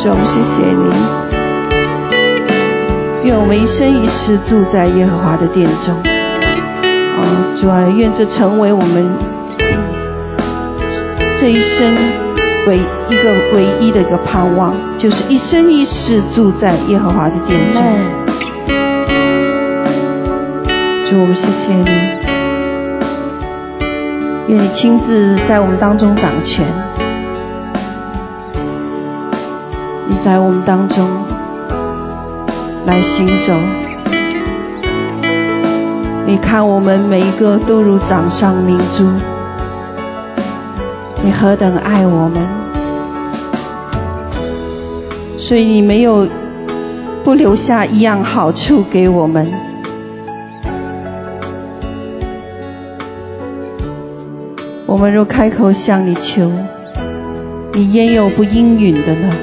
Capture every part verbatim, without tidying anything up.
主，我们谢谢你，愿我们一生一世住在耶和华的殿中。哦，主啊，愿这成为我们这一生唯一个唯一的一个盼望，就是一生一世住在耶和华的殿中。主，我们谢谢你，愿你亲自在我们当中掌权，你在我们当中来行走。你看我们每一个都如掌上明珠，你何等爱我们，所以你没有不留下一样好处给我们。我们若开口向你求，你焉有不应允的呢？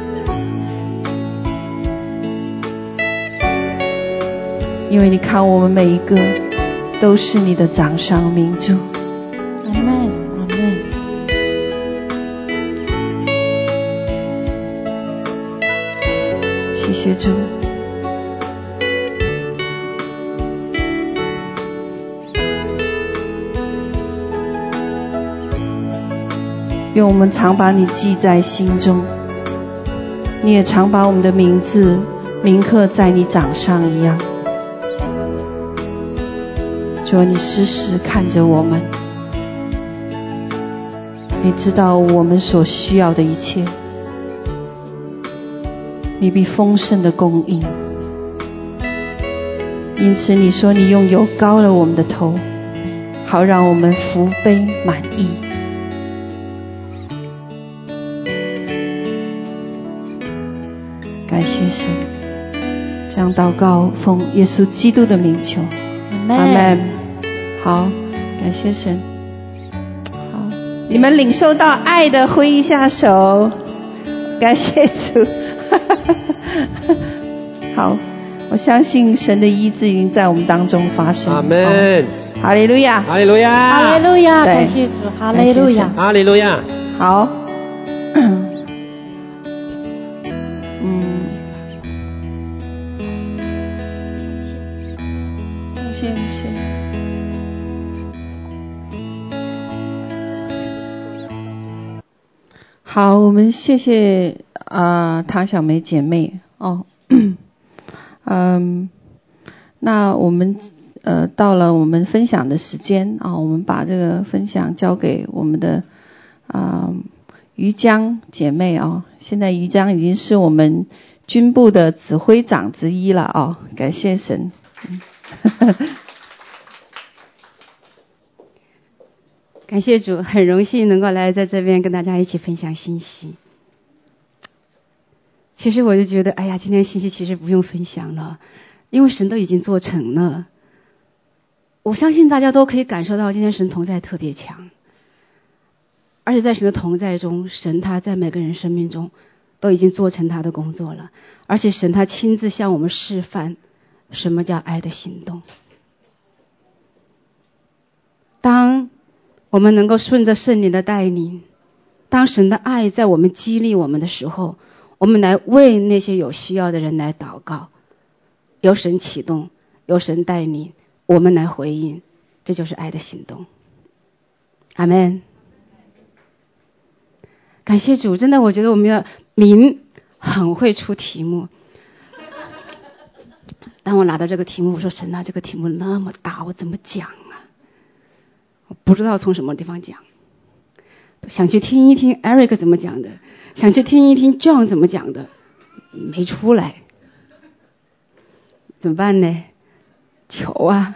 因为你看我们每一个都是你的掌上明珠。 阿们，阿们。 谢谢主。愿我们常把你记在心中，你也常把我们的名字铭刻在你掌上一样。主啊，你时时看着我们，你知道我们所需要的一切，你必丰盛的供应。因此你说你用油膏了我们的头，好让我们福杯满溢。感谢神，这样祷告奉耶稣基督的名求，阿们。好，感谢神。好，你们领受到爱的挥一下手，感谢主。好，我相信神的医治已经在我们当中发生。 阿们。 哈利路亚， 哈利路亚， 哈利路亚，感谢主，哈利路亚， 哈利路亚。 好。好，我们谢谢啊、呃、唐小梅姐妹哦，嗯，那我们呃到了我们分享的时间啊、哦，我们把这个分享交给我们的啊、呃、于江姐妹啊、哦，现在于江已经是我们军部的指挥长之一了哦，感谢神。 感谢主，很荣幸能够来在这边跟大家一起分享信息。其实我就觉得，哎呀，今天信息其实不用分享了，因为神都已经做成了。我相信大家都可以感受到，今天神同在特别强，而且在神的同在中，神他在每个人生命中都已经做成他的工作了，而且神他亲自向我们示范什么叫爱的行动。当我们能够顺着圣灵的带领，当神的爱在我们激励我们的时候，我们来为那些有需要的人来祷告，由神启动，由神带领，我们来回应，这就是爱的行动。阿们。感谢主，真的我觉得我们的民很会出题目。当我拿到这个题目，我说神啊，这个题目那么大，我怎么讲啊？我不知道从什么地方讲，想去听一听 Eric 怎么讲的，想去听一听 John 怎么讲的，没出来，怎么办呢？求啊！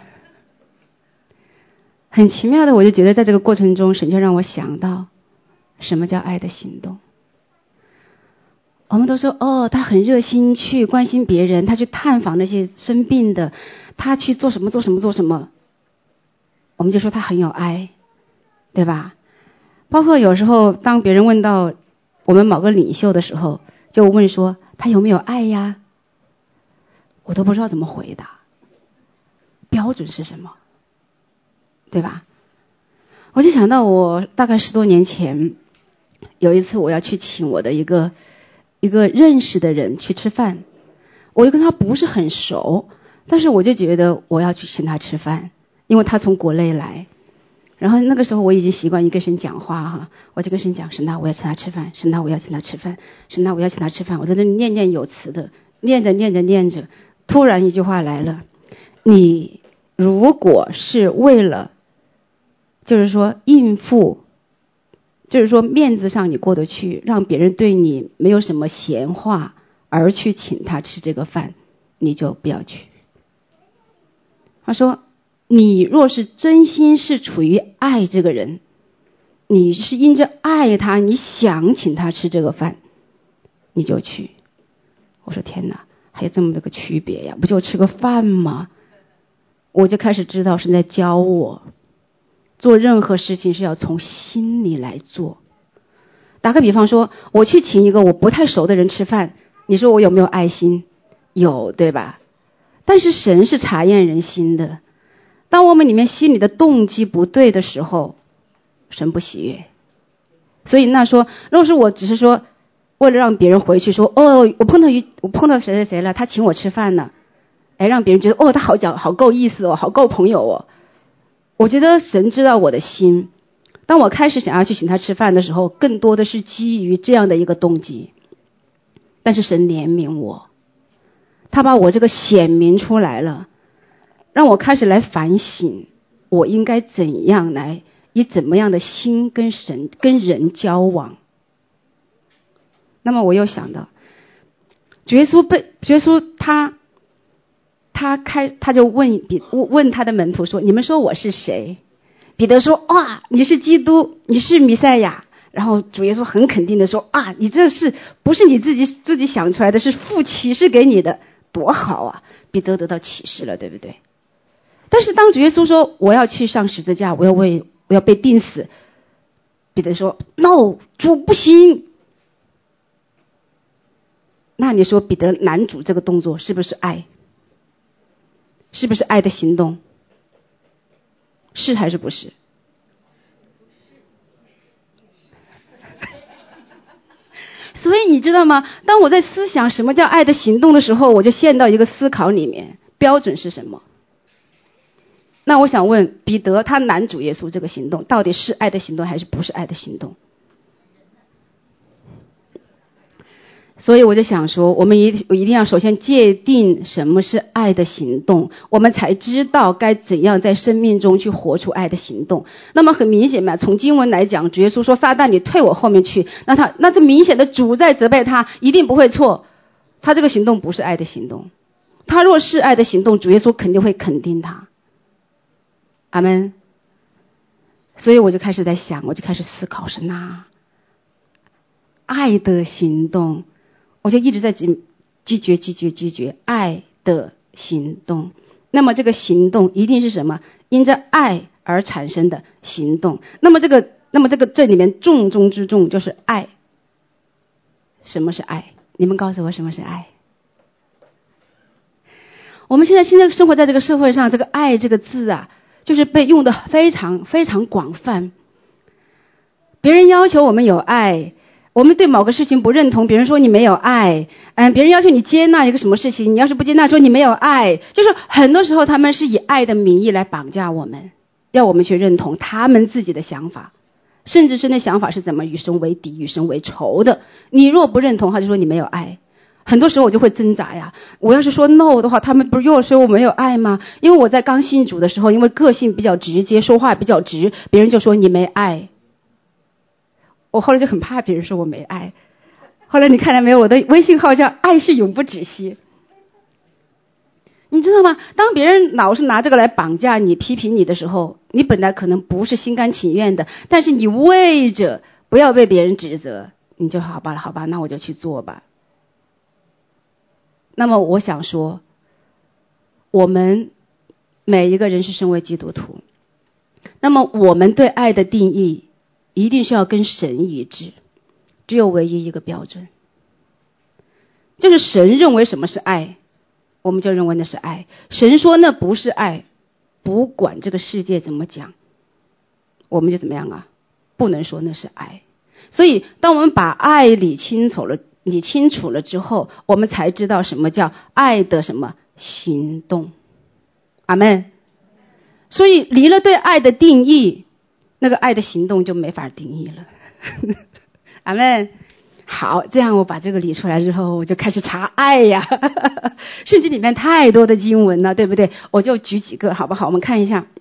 很奇妙的，我就觉得在这个过程中，神就让我想到什么叫爱的行动。我们都说哦，他很热心去关心别人，他去探访那些生病的，他去做什么做什么做什么，我们就说他很有爱，对吧？包括有时候当别人问到我们某个领袖的时候，就问说他有没有爱呀，我都不知道怎么回答，标准是什么，对吧？我就想到我大概十多年前有一次我要去请我的一个一个认识的人去吃饭，我就跟他不是很熟，但是我就觉得我要去请他吃饭，因为他从国内来。然后那个时候我已经习惯于跟神讲话哈，我就跟神讲，神啊，我要请他吃饭，神啊，我要请他吃饭，神啊，我要请他吃饭。我在那里念念有词的，念着念着念着，突然一句话来了，你如果是为了就是说应付，就是说面子上你过得去，让别人对你没有什么闲话而去请他吃这个饭，你就不要去。他说你若是真心是处于爱这个人，你是因着爱他，你想请他吃这个饭，你就去。我说天哪，还有这么多个区别呀，不就吃个饭吗？我就开始知道是在教我做任何事情是要从心里来做。打个比方说，我去请一个我不太熟的人吃饭，你说我有没有爱心？有，对吧？但是神是察验人心的，当我们里面心里的动机不对的时候，神不喜悦。所以那说，如果是我只是说为了让别人回去说，哦，我碰到一我碰到谁谁谁了，他请我吃饭呢，哎，让别人觉得哦，他好讲好够意思哦，好够朋友哦。我觉得神知道我的心，当我开始想要去请他吃饭的时候，更多的是基于这样的一个动机。但是神怜悯我，他把我这个显明出来了，让我开始来反省，我应该怎样来以怎么样的心跟神跟人交往。那么我又想到，主耶稣被主耶稣他他开他就问比问他的门徒说，你们说我是谁？彼得说，哇，你是基督，你是弥赛亚。然后主耶稣很肯定的说，啊，你这是不是你自己自己想出来的，是父启示给你的，多好啊！彼得得到启示了，对不对？但是当主耶稣说我要去上十字架，我要为我要被钉死，彼得说 no， 主不行。那你说彼得拦主这个动作是不是爱？是不是爱的行动？是还是不是？所以你知道吗？当我在思想什么叫爱的行动的时候，我就陷到一个思考里面，标准是什么？那我想问，彼得他拦主耶稣这个行动到底是爱的行动还是不是爱的行动？所以我就想说，我们一一定要首先界定什么是爱的行动，我们才知道该怎样在生命中去活出爱的行动。那么很明显嘛，从经文来讲，主耶稣说撒旦你退我后面去，那他那这明显的主在责备他，一定不会错，他这个行动不是爱的行动。他若是爱的行动，主耶稣肯定会肯定他。阿们。所以我就开始在想，我就开始思考神啊，爱的行动，我就一直在咀咀嚼咀嚼咀嚼爱的行动。那么这个行动一定是什么？因着爱而产生的行动。那么这个那么这个这里面重中之重就是爱。什么是爱？你们告诉我什么是爱？我们现在现在生活在这个社会上，这个爱这个字啊，就是被用的非常非常广泛。别人要求我们有爱，我们对某个事情不认同，别人说你没有爱，嗯，别人要求你接纳一个什么事情，你要是不接纳说你没有爱，就是很多时候他们是以爱的名义来绑架我们，要我们去认同他们自己的想法，甚至是那想法是怎么与神为敌与神为仇的。你若不认同，他就说你没有爱。很多时候我就会挣扎呀，我要是说 no 的话，他们不是又说我没有爱吗？因为我在刚信主的时候，因为个性比较直接，说话比较直，别人就说你没爱。我后来就很怕别人说我没爱。后来你看到没有，我的微信号叫爱是永不止息。你知道吗？当别人老是拿这个来绑架你批评你的时候，你本来可能不是心甘情愿的，但是你为着不要被别人指责，你就好吧好吧，那我就去做吧。那么我想说，我们每一个人是身为基督徒，那么我们对爱的定义一定是要跟神一致，只有唯一一个标准，就是神认为什么是爱，我们就认为那是爱。神说那不是爱，不管这个世界怎么讲，我们就怎么样啊？不能说那是爱。所以当我们把爱理清楚了理清楚了之后，我们才知道什么叫爱的什么行动。阿们。所以离了对爱的定义，那个爱的行动就没法定义了。阿们。好，这样我把这个理出来之后，我就开始查爱呀。圣经里面太多的经文了，对不对？我就举几个好不好？我们看一下。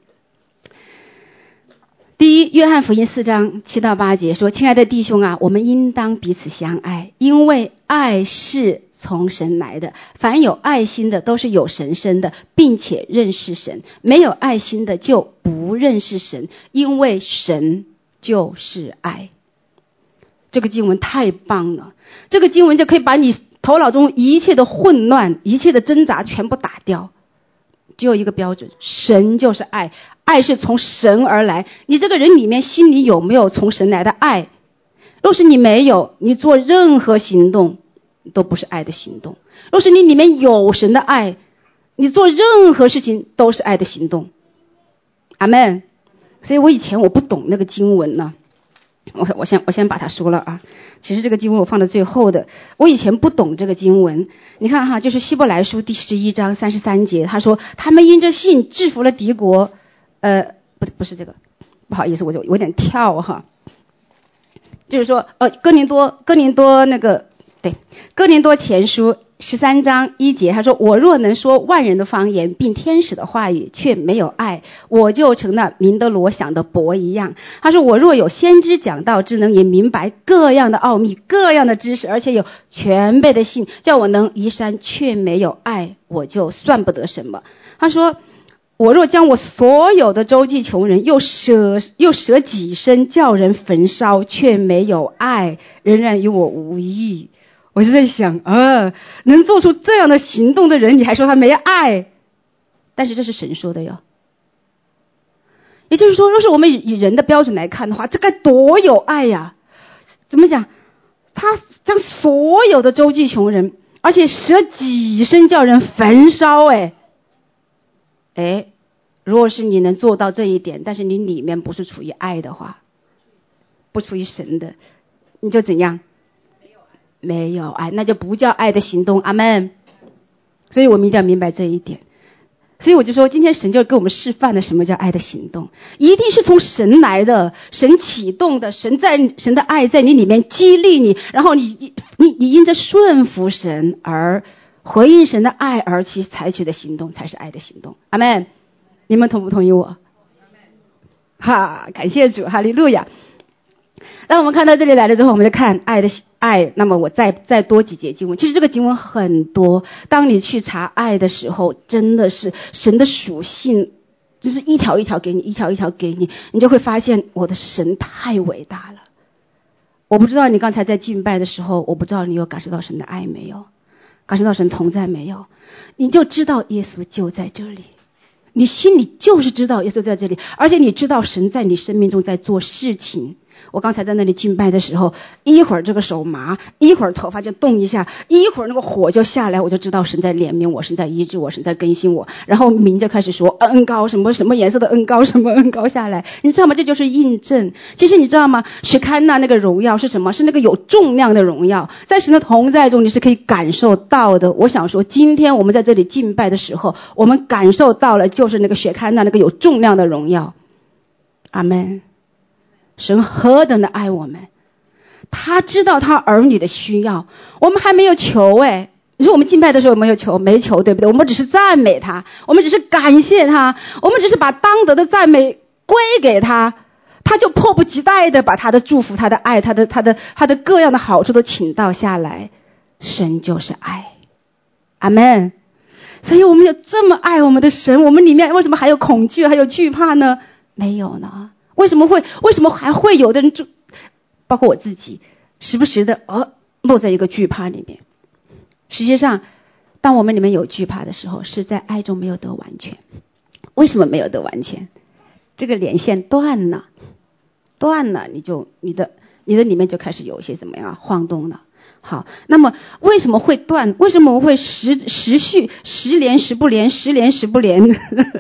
第一，约翰福音四章七到八节说：亲爱的弟兄啊，我们应当彼此相爱，因为爱是从神来的，凡有爱心的都是有神生的，并且认识神，没有爱心的就不认识神，因为神就是爱。这个经文太棒了，这个经文就可以把你头脑中一切的混乱，一切的挣扎全部打掉。只有一个标准，神就是爱，爱是从神而来。你这个人里面心里有没有从神来的爱？若是你没有，你做任何行动都不是爱的行动。若是你里面有神的爱，你做任何事情都是爱的行动。阿们。所以我以前我不懂那个经文呢，我我先我先把它说了啊。其实这个经文我放在最后的，我以前不懂这个经文。你看哈，就是希伯来书第十一章三十三节，他说他们因着信制服了敌国，呃，不不是这个，不好意思，我就有点跳哈。就是说，呃，哥林多哥林多那个对，哥林多前书十三章一节，他说：“我若能说万人的方言，并天使的话语，却没有爱，我就成那明德罗想的帛一样。”他说：“我若有先知讲道之能，也明白各样的奥秘、各样的知识，而且有全备的信，叫我能移山，却没有爱，我就算不得什么。”他说：“我若将我所有的周济穷人，又舍又舍己身叫人焚烧，却没有爱，仍然与我无益。”我就在想啊，能做出这样的行动的人，你还说他没爱？但是这是神说的哟。也就是说，若是我们以人的标准来看的话，这该多有爱呀！怎么讲？他将所有的周济穷人，而且舍己身叫人焚烧，哎，哎，如果是你能做到这一点，但是你里面不是处于爱的话，不处于神的，你就怎样？没有爱，那就不叫爱的行动。阿们。所以我们一定要明白这一点。所以我就说，今天神就给我们示范了什么叫爱的行动，一定是从神来的，神启动的，神在神的爱在你里面激励你，然后你你你因着顺服神而回应神的爱而去采取的行动，才是爱的行动。阿们。你们同不同意我？哈，感谢主，哈利路亚。当我们看到这里来了之后，我们就看爱的爱。那么我再再多几节经文，其实这个经文很多。当你去查爱的时候，真的是神的属性，就是一条一条给你，一条一条给你，你就会发现我的神太伟大了。我不知道你刚才在敬拜的时候，我不知道你有感受到神的爱没有，感受到神同在没有？你就知道耶稣就在这里，你心里就是知道耶稣在这里，而且你知道神在你生命中在做事情。我刚才在那里敬拜的时候，一会儿这个手麻，一会儿头发就动一下，一会儿那个火就下来，我就知道神在怜悯我，神在医治我，神在更新我。然后名就开始说恩膏，什么什么颜色的恩膏，什么恩膏下来，你知道吗？这就是印证。其实你知道吗？史堪那那个荣耀是什么？是那个有重量的荣耀，在神的同在中你是可以感受到的。我想说，今天我们在这里敬拜的时候，我们感受到了就是那个史堪那那个有重量的荣耀。阿们。神何等的爱我们，他知道他儿女的需要，我们还没有求。哎，你说我们敬拜的时候有没有求？没求，对不对？我们只是赞美他，我们只是感谢他，我们只是把当得的赞美归给他，他就迫不及待的把他的祝福、他的爱、他的他的他的各样的好处都倾倒下来。神就是爱。阿们。所以我们有这么爱我们的神，我们里面为什么还有恐惧还有惧怕呢？没有呢。为什么会为什么还会有的人就包括我自己时不时的呃落在一个惧怕里面？实际上当我们里面有惧怕的时候，是在爱中没有得完全。为什么没有得完全？这个连线断了断了，你就你的你的里面就开始有一些怎么样晃动了。好，那么为什么会断？为什么会时时续时连时不连时连时不连？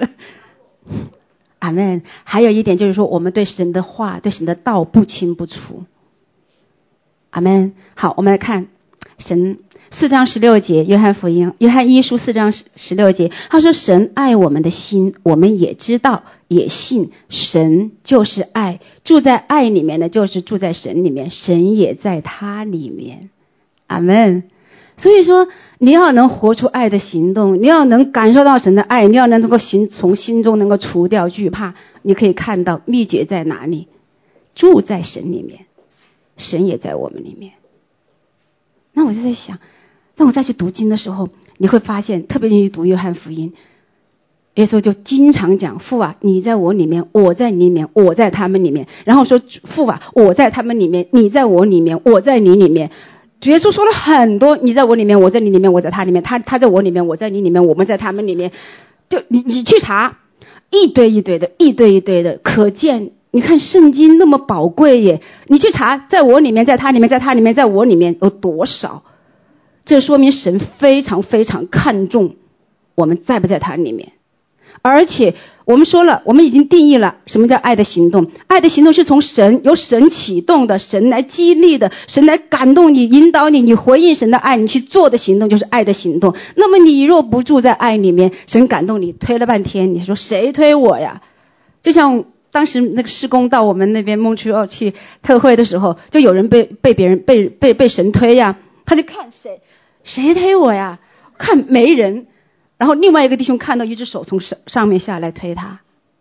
阿们。还有一点就是说，我们对神的话对神的道不清不楚。阿们。好，我们来看神四章十六节，约翰福音，约翰一书四章十六节，他说神爱我们的心，我们也知道，也信，神就是爱，住在爱里面的就是住在神里面，神也在他里面。阿们。所以说你要能活出爱的行动，你要能感受到神的爱，你要能够行从心中能够除掉惧怕，你可以看到秘诀在哪里，住在神里面，神也在我们里面。那我就在想，当我再去读经的时候，你会发现，特别是去读约翰福音，耶稣就经常讲，父啊，你在我里面，我在你里面，我在他们里面，然后说父啊，我在他们里面，你在我里面，我在你里面。主耶稣说了很多，你在我里面，我在你里面，我在他里面，他他在我里面，我在你里面，我们在他们里面。就你你去查，一堆一堆的，一堆一堆的，可见你看圣经那么宝贵耶，你去查，在我里面，在他里面，在他里面，在我里面有多少？这说明神非常非常看重我们在不在他里面。而且我们说了，我们已经定义了什么叫爱的行动。爱的行动是从神，由神启动的，神来激励的，神来感动你，引导你，你回应神的爱，你去做的行动就是爱的行动。那么你若不住在爱里面，神感动你，推了半天，你说谁推我呀？就像当时那个施工到我们那边蒙区奥去特会的时候，就有人被被别人被被被神推呀，他就看谁谁推我呀，看没人。然后另外一个弟兄看到一只手从上上面下来推他。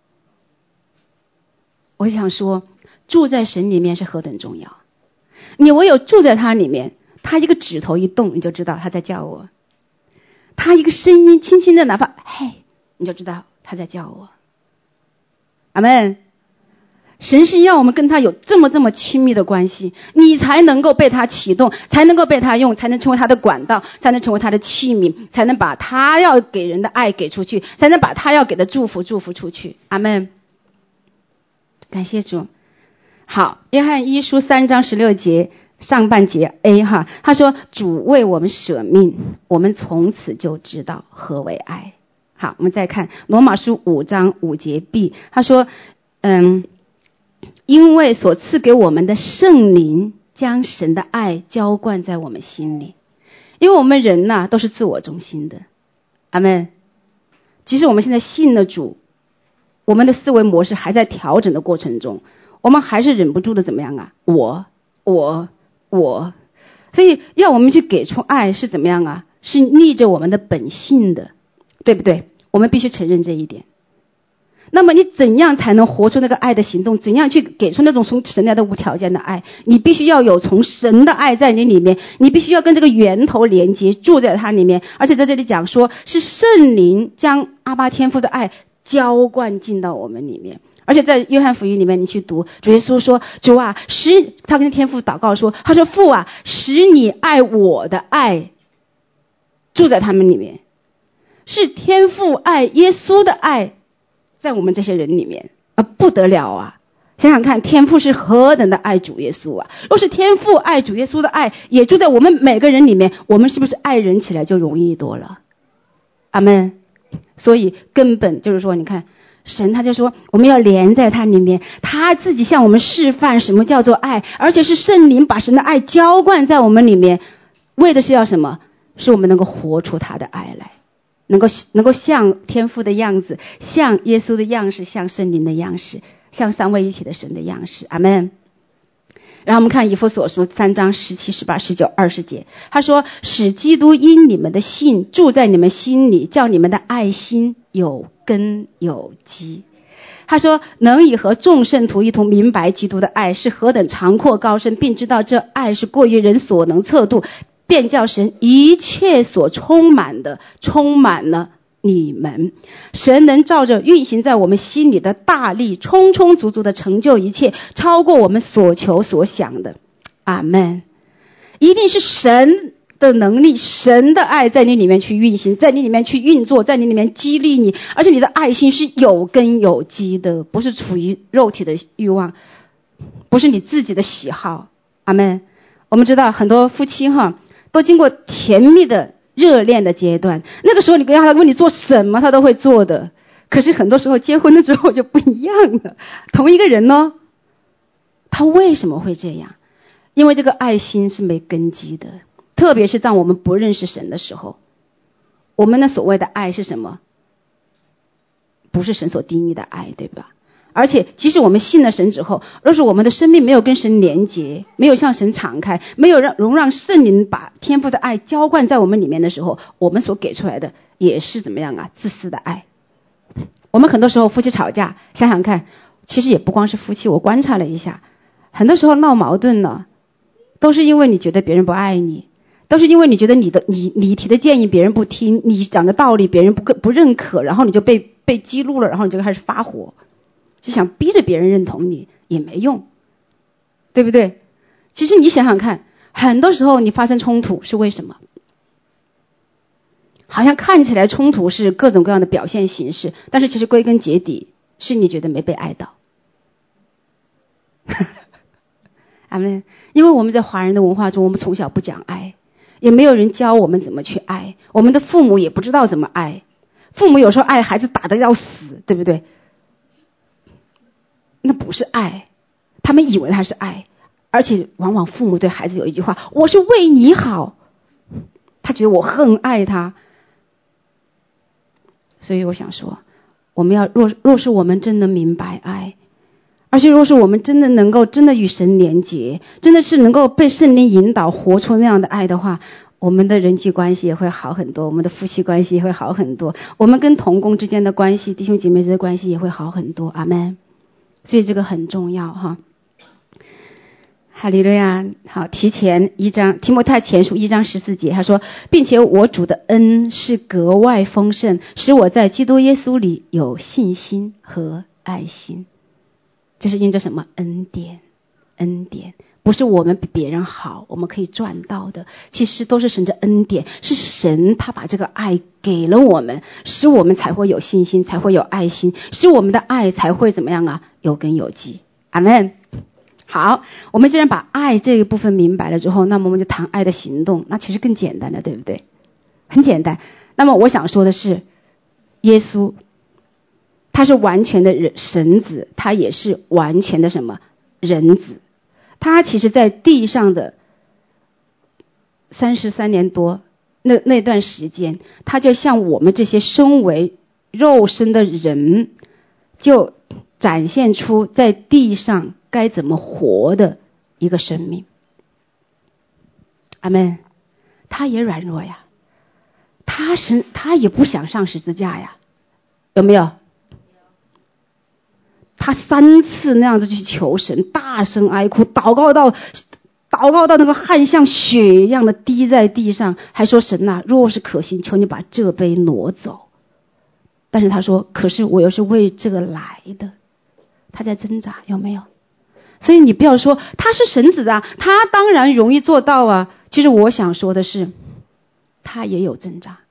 我想说，住在神里面是何等重要。你唯有住在他里面，他一个指头一动，你就知道他在叫我。他一个声音轻轻的，哪怕嘿，你就知道他在叫我。阿们。神是要我们跟他有这么这么亲密的关系，你才能够被他启动，才能够被他用，才能成为他的管道，才能成为他的器皿，才能把他要给人的爱给出去，才能把他要给的祝福祝福出去。阿们。感谢主。好，约翰一书三章十六节上半节 A 哈，他说主为我们舍命，我们从此就知道何为爱。好，我们再看罗马书五章五节 B， 他说嗯。因为所赐给我们的圣灵将神的爱浇灌在我们心里。因为我们人呐、啊、都是自我中心的。阿们。即使我们现在信了主，我们的思维模式还在调整的过程中，我们还是忍不住的怎么样啊？我我我所以要我们去给出爱是怎么样啊？是逆着我们的本性的，对不对？我们必须承认这一点。那么你怎样才能活出那个爱的行动？怎样去给出那种从神来的无条件的爱？你必须要有从神的爱在你里面，你必须要跟这个源头连接，住在它里面。而且在这里讲说是圣灵将阿爸天父的爱浇灌进到我们里面。而且在约翰福音里面你去读，主耶稣说主啊，使他跟天父祷告说，他说父啊，使你爱我的爱住在他们里面。是天父爱耶稣的爱在我们这些人里面啊，不得了啊！想想看，天父是何等的爱主耶稣啊！若是天父爱主耶稣的爱也住在我们每个人里面，我们是不是爱人起来就容易多了？阿们。所以根本就是说，你看神他就说我们要连在他里面，他自己向我们示范什么叫做爱，而且是圣灵把神的爱浇灌在我们里面，为的是要什么？是我们能够活出他的爱来，能够能够像天父的样子，像耶稣的样式，像圣灵的样式，像三位一体的神的样式。阿们。然后我们看以弗所书三章十七、十八、十九、二十节，他说使基督因你们的信住在你们心里，叫你们的爱心有根有基。他说能以和众圣徒一同明白基督的爱是何等长阔高深，并知道这爱是过于人所能测度，便叫神一切所充满的充满了你们。神能照着运行在我们心里的大力，充充足足的成就一切，超过我们所求所想的。阿们。一定是神的能力，神的爱在你里面去运行，在你里面去运作，在你里面激励你，而且你的爱心是有根有基的，不是处于肉体的欲望，不是你自己的喜好。阿们。我们知道很多夫妻哈都经过甜蜜的热恋的阶段，那个时候你跟他问你做什么他都会做的，可是很多时候结婚了之后就不一样了。同一个人呢，他为什么会这样？因为这个爱心是没根基的， 特别是当我们不认识神的时候，我们的所谓的爱是什么？不是神所定义的爱，对吧？而且即使我们信了神之后，若是我们的生命没有跟神连结，没有向神敞开，没有让容让圣灵把天父的爱浇灌在我们里面的时候，我们所给出来的也是怎么样啊？自私的爱。我们很多时候夫妻吵架，想想看，其实也不光是夫妻，我观察了一下，很多时候闹矛盾呢，都是因为你觉得别人不爱你，都是因为你觉得你的你你提的建议别人不听，你讲的道理别人不不认可，然后你就被被激怒了，然后你就开始发火，就想逼着别人认同你，也没用，对不对？其实你想想看，很多时候你发生冲突是为什么？好像看起来冲突是各种各样的表现形式，但是其实归根结底是你觉得没被爱到。阿们。因为我们在华人的文化中，我们从小不讲爱，也没有人教我们怎么去爱，我们的父母也不知道怎么爱，父母有时候爱孩子打得要死，对不对？那不是爱，他们以为他是爱，而且往往父母对孩子有一句话，我是为你好，他觉得我很爱他。所以我想说，我们要若若是我们真的明白爱，而且若是我们真的能够真的与神连结，真的是能够被圣灵引导活出那样的爱的话，我们的人际关系也会好很多，我们的夫妻关系也会好很多，我们跟同工之间的关系，弟兄姐妹之间的关系也会好很多。阿们。所以这个很重要哈。哈利路亚。好，提前一章提摩太前书一章十四节，他说，并且我主的恩是格外丰盛，使我在基督耶稣里有信心和爱心。这是因着什么？恩典。恩典不是我们比别人好我们可以赚到的，其实都是神的恩典，是神他把这个爱给了我们，使我们才会有信心，才会有爱心，使我们的爱才会怎么样啊？有根有基。阿们。好，我们既然把爱这一部分明白了之后，那么我们就谈爱的行动，那其实更简单了，对不对？很简单。那么我想说的是，耶稣他是完全的人神子，他也是完全的什么人子。他其实在地上的三十三年多那那段时间，他就像我们这些身为肉身的人，就展现出在地上该怎么活的一个生命。阿们。他也软弱呀，他是他也不想上十字架呀，有没有？他三次那样子去求神，大声哀哭，祷告到祷告到那个汗像血一样的滴在地上，还说神啊，若是可行，求你把这杯挪走。但是他说，可是我又是为这个来的。他在挣扎，有没有？所以你不要说他是神子啊，他当然容易做到啊。其实我想说的是，他也有挣扎，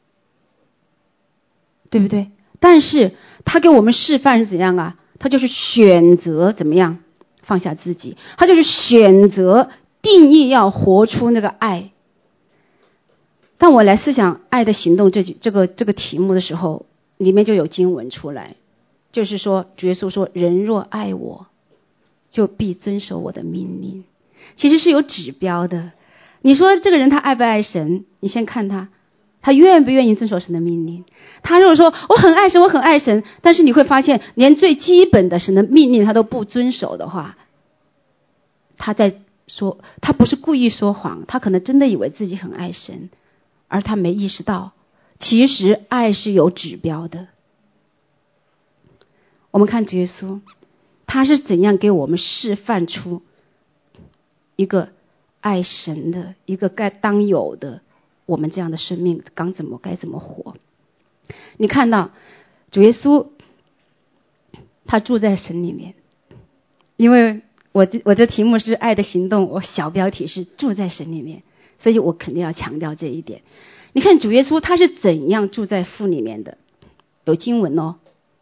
对不对？但是他给我们示范是怎样啊？他就是选择怎么样放下自己，他就是选择定义要活出那个爱。当我来思想爱的行动这这个这个题目的时候，里面就有经文出来，就是说主耶稣说，人若爱我，就必遵守我的命令。其实是有指标的。你说这个人他爱不爱神，你先看他他愿不愿意遵守神的命令。他如果说我很爱神我很爱神，但是你会发现连最基本的神的命令他都不遵守的话，他在说，他不是故意说谎，他可能真的以为自己很爱神，而他没意识到其实爱是有指标的。我们看主耶稣，他是怎样给我们示范出一个爱神的一个该当有的我们这样的生命刚怎么该怎么活。你看到主耶稣他住在神里面，因为我的我的题目是爱的行动，我小标题是住在神里面，所以我肯定要强调这一点。你看主耶稣他是怎样住在父里面的，有经文哦。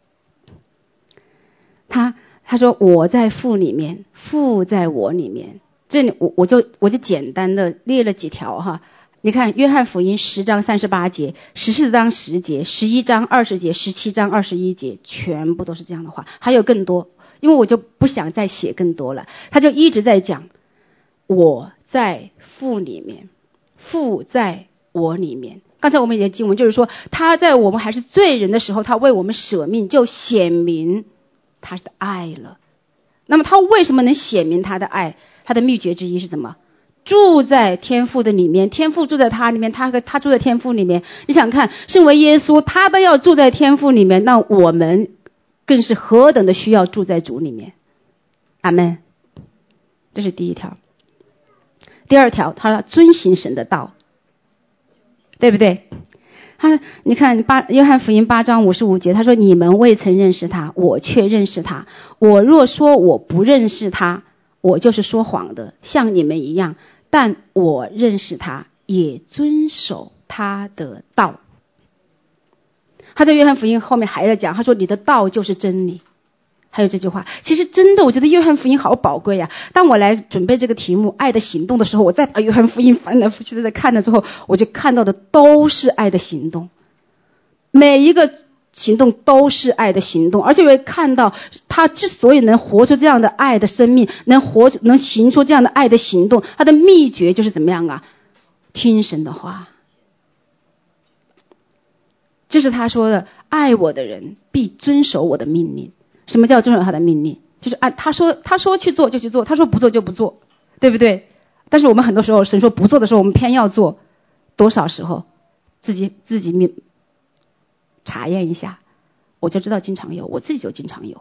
他他说我在父里面，父在我里面。这里我我就我就简单的列了几条哈。你看约翰福音十章三十八节，十四章十节，十一章二十节，十七章二十一节，全部都是这样的话，还有更多，因为我就不想再写更多了。他就一直在讲我在父里面， 父在我里面。刚才我们也经文就是说，他在我们还是罪人的时候，他为我们舍命，就显明他的爱了。那么他为什么能显明他的爱？他的秘诀之一是什么？住在天父的里面，天父住在他里面，他和他住在天父里面。你想看，身为耶稣，他都要住在天父里面，那我们更是何等的需要住在主里面。阿们。这是第一条。第二条，他要遵行神的道，对不对？他你看八约翰福音八章五十五节，他说：你们未曾认识他，我却认识他。我若说我不认识他，我就是说谎的，像你们一样。但我认识他，也遵守他的道。他在约翰福音后面还在讲，他说你的道就是真理。还有这句话，其实真的我觉得约翰福音好宝贵呀、啊。当我来准备这个题目爱的行动的时候，我再把约翰福音翻来覆去的在看了之后，我就看到的都是爱的行动，每一个行动都是爱的行动。而且我会看到他之所以能活出这样的爱的生命，能活能行出这样的爱的行动，他的秘诀就是怎么样啊？听神的话。这是他说的，爱我的人必遵守我的命令。什么叫遵守他的命令？就是按他说他说去做就去做，他说不做就不做，对不对？但是我们很多时候神说不做的时候，我们偏要做。多少时候自己自己查验一下，我就知道经常有，我自己就经常有。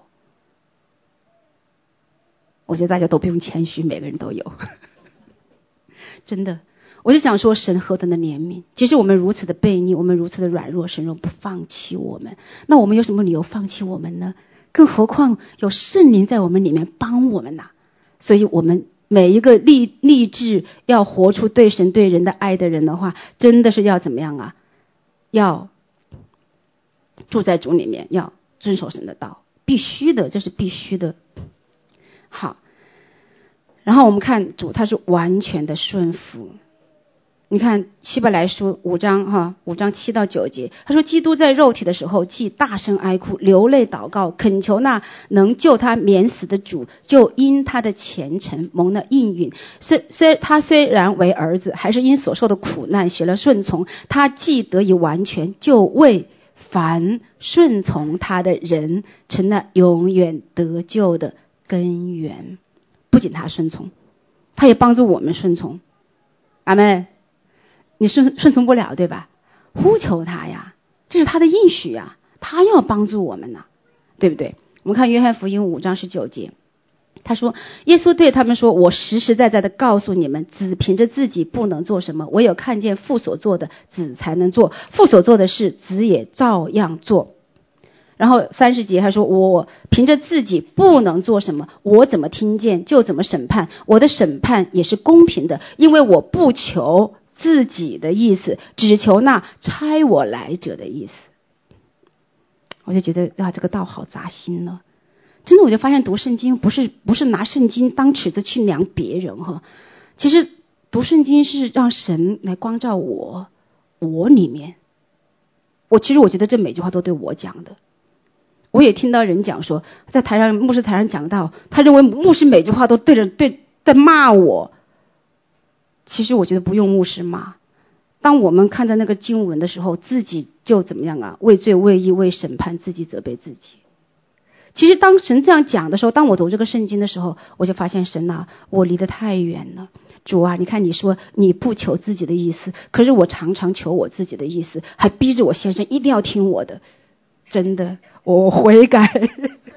我觉得大家都不用谦虚，每个人都有。真的，我就想说神何等的怜悯。其实我们如此的悖逆，我们如此的软弱，神若不放弃我们，那我们有什么理由放弃我们呢？更何况有圣灵在我们里面帮我们呐、啊。所以我们每一个立立志要活出对神对人的爱的人的话，真的是要怎么样啊？要住在主里面，要遵守神的道，必须的，这是必须的。好，然后我们看主，他是完全的顺服。你看希伯来书五章哈，五章七到九节，他说基督在肉体的时候，既大声哀哭，流泪祷告，恳求那能救他免死的主，就因他的虔诚蒙了应允。虽虽他虽然为儿子，还是因所受的苦难学了顺从。他既得以完全，就为凡顺从他的人成了永远得救的根源。不仅他顺从，他也帮助我们顺从。阿们。你顺顺从不了，对吧？呼求他呀，这是他的应许呀，他要帮助我们呢，对不对？我们看约翰福音五章十九节，他说耶稣对他们说，我实实在在的告诉你们，子凭着自己不能做什么，唯有看见父所做的，子才能做，父所做的事，子也照样做。然后三十节他说，我凭着自己不能做什么，我怎么听见就怎么审判，我的审判也是公平的，因为我不求自己的意思，只求那差我来者的意思。我就觉得啊，这个道好扎心呢。真的，我就发现读圣经不是不是拿圣经当尺子去量别人哈，其实读圣经是让神来光照我，我里面，我其实我觉得这每句话都对我讲的。我也听到人讲说，在台上牧师台上讲到，他认为牧师每句话都对着对在骂我。其实我觉得不用牧师骂，当我们看到那个经文的时候，自己就怎么样啊？为罪为义为审判，自己责备自己。其实当神这样讲的时候，当我读这个圣经的时候，我就发现神啊，我离得太远了。主啊，你看你说你不求自己的意思，可是我常常求我自己的意思，还逼着我先生一定要听我的。真的，我悔改。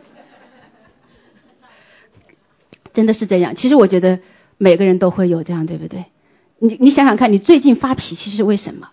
真的是这样。其实我觉得每个人都会有这样，对不对？你你想想看，你最近发脾气是为什么？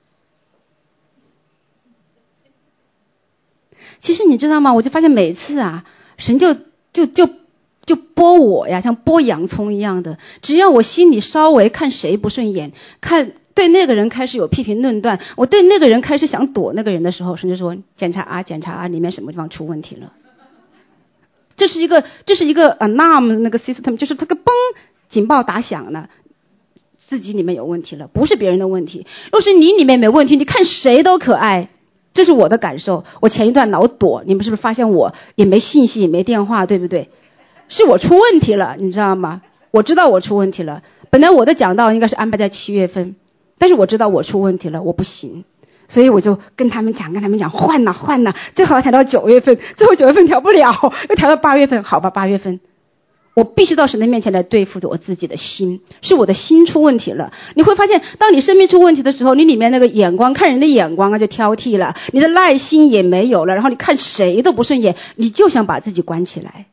其实你知道吗？我就发现每次啊，神就就就就剥我呀，像剥洋葱一样的。只要我心里稍微看谁不顺眼，看对那个人开始有批评论断，我对那个人开始想躲那个人的时候，神就说检查啊检查啊，里面什么地方出问题了。这是一个这是一个 alarm 那个 system， 就是它个嘣警报打响了。自己里面有问题了，不是别人的问题。若是你里面没问题，你看谁都可爱。这是我的感受。我前一段老躲，你们是不是发现我也没信息也没电话，对不对？是我出问题了，你知道吗？我知道我出问题了。本来我的讲道应该是安排在七月份， 但是我知道我出问题了，我不行，所以我就跟他们讲跟他们讲换呐换呐，最好要调到九月份，最后九月份调不了，又调到八月份，好吧，八月份我必须到神的面前来对付我自己的心，是我的心出问题了。你会发现当你生命出问题的时候，你里面那个眼光看人的眼光啊就挑剔了，你的耐心也没有了，然后你看谁都不顺眼，你就想把自己关起来，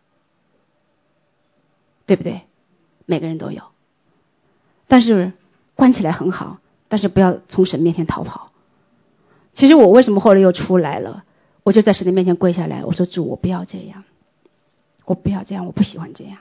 对不对？每个人都有，但是关起来很好，但是不要从神面前逃跑。其实我为什么后来又出来了，我就在神的面前跪下来，我说主，我不要这样，我不要这样，我不喜欢这样。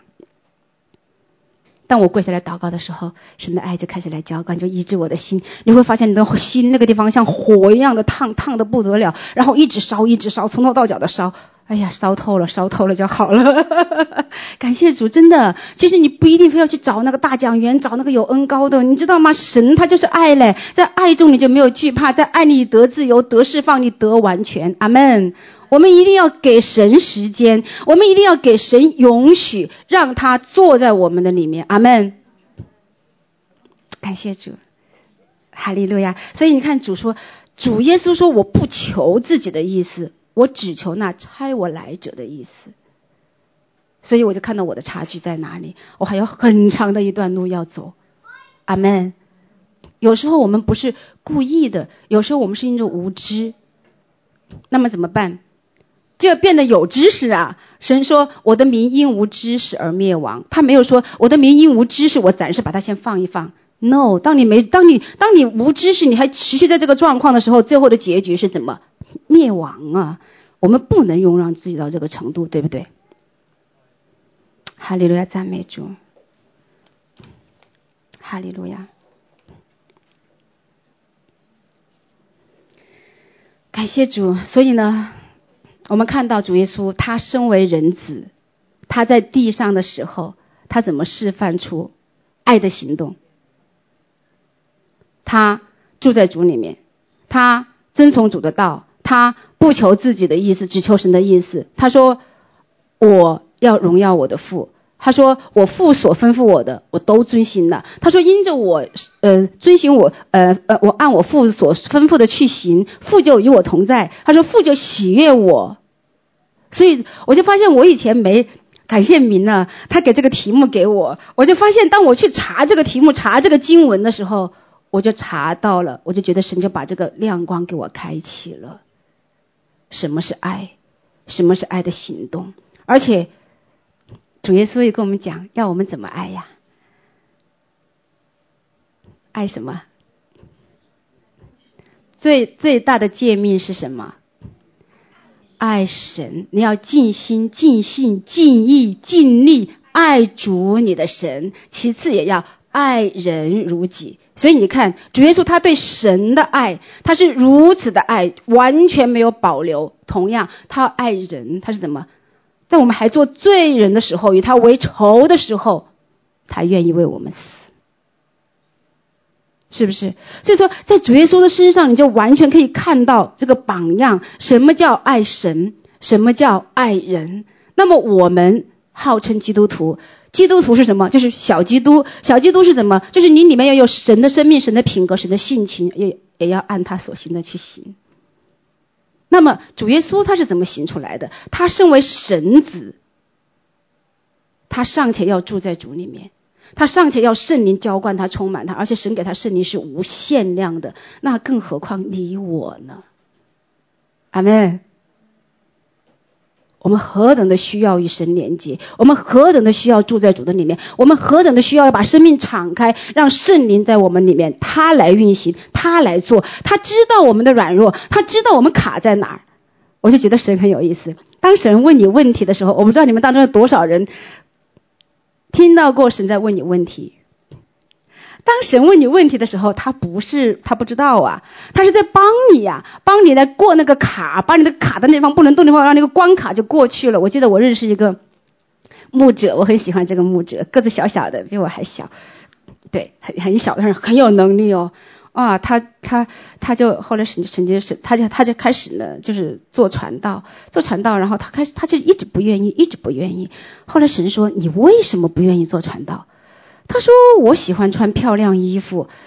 当我跪下来祷告的时候，神的爱就开始来浇灌，就医治我的心。你会发现你的心那个地方像火一样的烫，烫得不得了，然后一直烧一直烧，从头到脚的烧，哎呀，烧透了烧透了就好了感谢主，真的，其实你不一定非要去找那个大讲员，找那个有恩高的，你知道吗？神他就是爱嘞，在爱中你就没有惧怕，在爱你得自由，得释放，你得完全。阿们。我们一定要给神时间，我们一定要给神允许，让他坐在我们的里面。阿们。感谢主，哈利路亚。所以你看主说，主耶稣说，我不求自己的意思，我只求那差我来者的意思。所以我就看到我的差距在哪里，我还有很长的一段路要走。阿们。有时候我们不是故意的，有时候我们是因着无知，那么怎么办？就要变得有知识啊！神说我的民因无知识而灭亡，他没有说我的民因无知识，我暂时把它先放一放。No， 当你没当你当你无知识，你还持续在这个状况的时候，最后的结局是怎么？灭亡啊！我们不能容让自己到这个程度，对不对？哈利路亚，赞美主！哈利路亚！感谢主。所以呢，我们看到主耶稣他身为人子，他在地上的时候，他怎么示范出爱的行动？他住在主里面，他遵从主的道，他不求自己的意思，只求神的意思。他说我要荣耀我的父，他说我父所吩咐我的我都遵行了。他说因着我呃遵行我呃呃我按我父所吩咐的去行，父就与我同在。他说父就喜悦我。所以我就发现我以前没感谢民呢，他给这个题目给我，我就发现当我去查这个题目查这个经文的时候，我就查到了，我就觉得神就把这个亮光给我开启了。什么是爱？什么是爱的行动？而且主耶稣也跟我们讲要我们怎么爱呀？爱什么？最最大的诫命是什么？爱神，你要尽心尽性尽意尽力爱主你的神，其次也要爱人如己。所以你看主耶稣他对神的爱，他是如此的爱，完全没有保留。同样他爱人，他是怎么在我们还做罪人的时候，与他为仇的时候，他愿意为我们死，是不是？所以说在主耶稣的身上，你就完全可以看到这个榜样，什么叫爱神，什么叫爱人。那么我们号称基督徒，基督徒是什么？就是小基督。小基督是什么？就是你里面要有神的生命，神的品格，神的性情，也也要按他所行的去行。那么主耶稣他是怎么行出来的？他身为神子，他尚且要住在主里面，他尚且要圣灵浇灌他，充满他，而且神给他圣灵是无限量的，那更何况你我呢？阿们。我们何等的需要与神连接，我们何等的需要住在主的里面，我们何等的需要把生命敞开，让圣灵在我们里面，他来运行，他来做，他知道我们的软弱，他知道我们卡在哪儿。我就觉得神很有意思，当神问你问题的时候，我不知道你们当中有多少人听到过神在问你问题。当神问你问题的时候，他不是他不知道啊，他是在帮你啊，帮你来过那个卡，把你的卡的那方不能动的地方，让那个关卡就过去了。我记得我认识一个牧者，我很喜欢这个牧者，个子小小的，比我还小，对，很很小，但是很有能力哦。啊，他他他就后来神神就是他就他就开始呢，就是做传道，做传道，然后他开始他就一直不愿意，一直不愿意。后来神说：“你为什么不愿意做传道？”他说：“我喜欢穿漂亮衣服，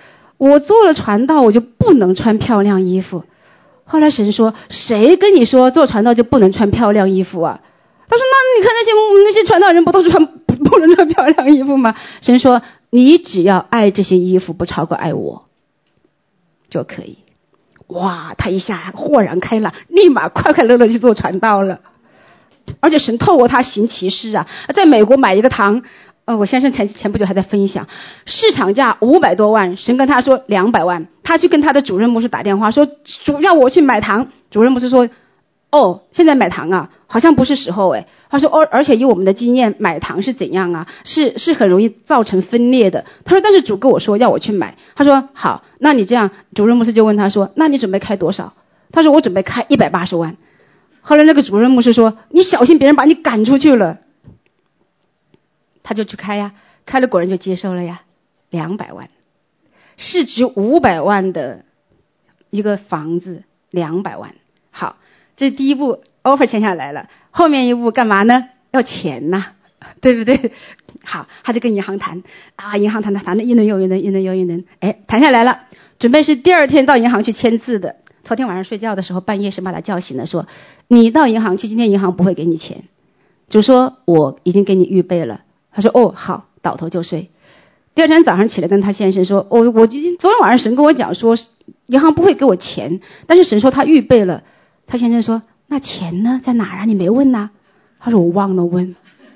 我做了传道，我就不能穿漂亮衣服。后来神说，谁跟你说做传道就不能穿漂亮衣服啊？他说，那你看那些那些传道人不都是穿不不能穿漂亮衣服吗？神说，你只要爱这些衣服不超过爱我就可以。哇，他一下豁然开朗，立马快快乐乐去做传道了。而且神透过他行奇事啊，在美国买一个堂，呃，我先生前前不久还在分享，市场价五百多万，神跟他说两百万，他去跟他的主任牧师打电话说，主让我去买堂，主任牧师说，哦，现在买堂啊，好像不是时候哎。他说，哦，而且以我们的经验，买堂是怎样啊？是是很容易造成分裂的。他说，但是主跟我说要我去买。他说，好，那你这样，主任牧师就问他说，那你准备开多少？他说，我准备开一百八十万。后来那个主任牧师说，你小心别人把你赶出去了。他就去开呀，开了果然就接受了呀，两百万，市值五百万的一个房子，两百万。好，这第一步 offer 签下来了，后面一步干嘛呢？要钱呐、啊，对不对？好，他就跟银行谈啊，银行谈谈谈的一轮又一轮，一轮又一轮，哎，谈下来了，准备是第二天到银行去签字的。头天晚上睡觉的时候，半夜神把他叫醒了，说你到银行去，今天银行不会给你钱。主说我已经给你预备了。他说哦好，倒头就睡。第二天早上起来跟他先生说，哦，我昨天晚上神跟我讲说银行不会给我钱，但是神说他预备了。他先生说那钱呢，在哪儿啊？你没问啊？他说我忘了问。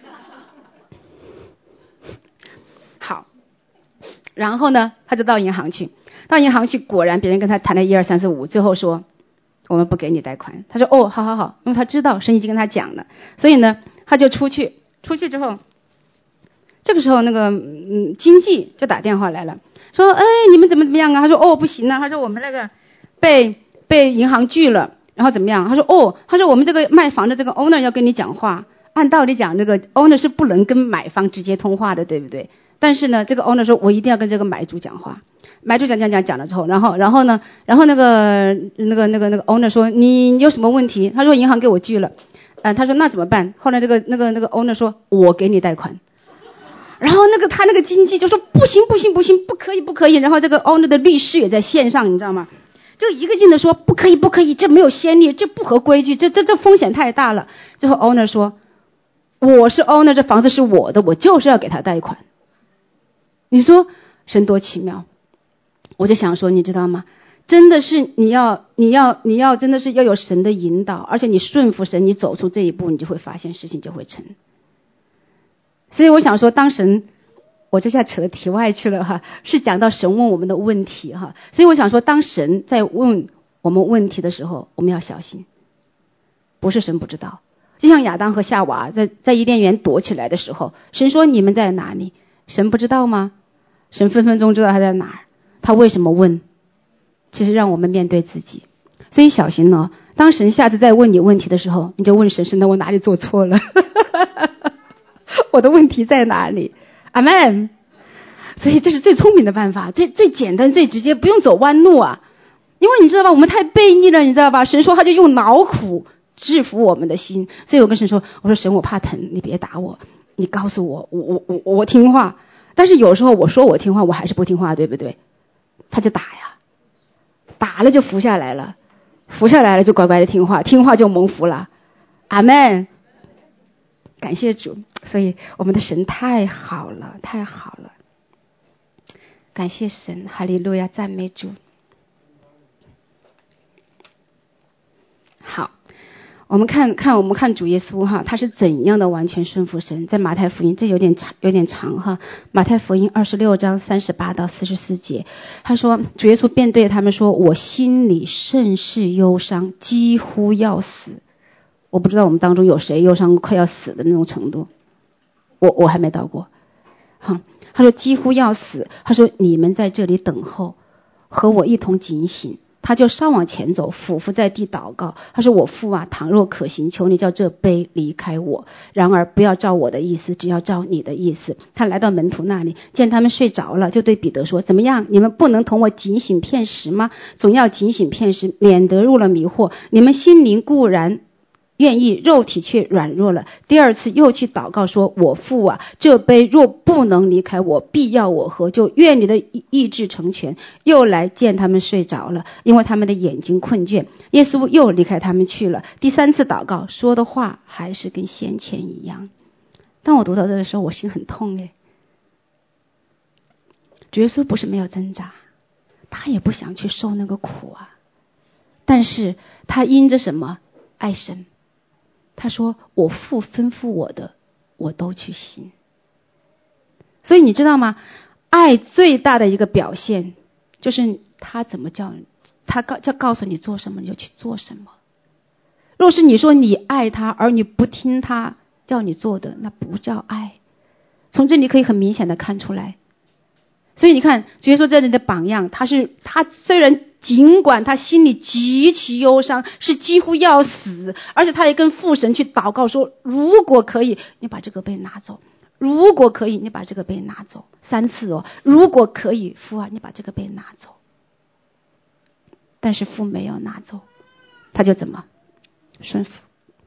好，然后呢他就到银行去，到银行去，果然别人跟他谈了一二三四五，最后说我们不给你贷款。他说哦好好好，因为他知道神已经跟他讲了，所以呢他就出去。出去之后，这个时候那个嗯经纪就打电话来了，说哎你们怎么怎么样啊？他说哦不行啊，他说我们那个被被银行拒了，然后怎么样？他说哦，他说我们这个卖房的这个 owner 要跟你讲话。按道理讲，这个 owner 是不能跟买方直接通话的，对不对？但是呢，这个 owner 说我一定要跟这个买主讲话。买主讲讲讲讲了之后，然后然后呢，然后那个那个那个那个 owner 说你有什么问题？他说银行给我拒了。嗯、呃，他说那怎么办？后来这个那个那个 owner 说我给你贷款。然后那个他那个经纪就说不行不行不行，不可以不可以。然后这个 owner 的律师也在线上，你知道吗？就一个劲的说不可以不可以，这没有先例，这不合规矩，这这这风险太大了。最后 owner 说我是 owner， 这房子是我的，我就是要给他贷款。你说神多奇妙。我就想说你知道吗，真的是你要你要你要真的是要有神的引导，而且你顺服神，你走出这一步，你就会发现事情就会成。所以我想说当神，我这下扯到题外去了哈，是讲到神问我们的问题哈。所以我想说当神在问我们问题的时候，我们要小心，不是神不知道。就像亚当和夏娃在在伊甸园躲起来的时候，神说你们在哪里？神不知道吗？神分分钟知道他在哪儿。他为什么问？其实让我们面对自己。所以小心哦，当神下次再问你问题的时候，你就问神，神，那我哪里做错了？我的问题在哪里？阿们。所以这是最聪明的办法，最最简单最直接，不用走弯路啊。因为你知道吧，我们太悖逆了，你知道吧？神说他就用劳苦制服我们的心。所以我跟神说，我说神我怕疼，你别打我，你告诉我，我我我我听话。但是有时候我说我听话，我还是不听话，对不对？他就打呀，打了就服下来了，服下来了就乖乖的听话，听话就蒙福了。阿们。感谢主。所以我们的神太好了，太好了。感谢神，哈利路亚，赞美主。好，我们看看我们看主耶稣哈，他是怎样的完全顺服神。在马太福音，这有点长有点长哈。马太福音二十六章三十八到四十四节，他说主耶稣便对他们说，我心里甚是忧伤，几乎要死。我不知道我们当中有谁忧伤快要死的那种程度，我我还没到过。好，他说几乎要死，他说你们在这里等候，和我一同警醒。他就稍往前走，俯伏在地祷告。他说我父啊，倘若可行，求你叫这杯离开我，然而不要照我的意思，只要照你的意思。他来到门徒那里，见他们睡着了，就对彼得说，怎么样，你们不能同我警醒片时吗？总要警醒片时，免得入了迷惑。你们心灵固然愿意，肉体却软弱了。第二次又去祷告说，我父啊，这杯若不能离开我，必要我喝，就愿你的意志成全。又来见他们睡着了，因为他们的眼睛困倦。耶稣又离开他们去了。第三次祷告说的话还是跟先前一样。当我读到这的时候，我心很痛耶。主耶稣不是没有挣扎，他也不想去受那个苦啊，但是他因着什么？爱神。他说我父吩咐我的我都去行。所以你知道吗？爱最大的一个表现就是他怎么叫他告叫告诉你做什么你就去做什么。若是你说你爱他而你不听他叫你做的，那不叫爱。从这里可以很明显的看出来。所以你看主耶稣这里的榜样，他是他虽然尽管他心里极其忧伤，是几乎要死，而且他也跟父神去祷告说，如果可以你把这个杯拿走，如果可以你把这个杯拿走，三次哦，如果可以父啊你把这个杯拿走。但是父没有拿走，他就怎么顺服。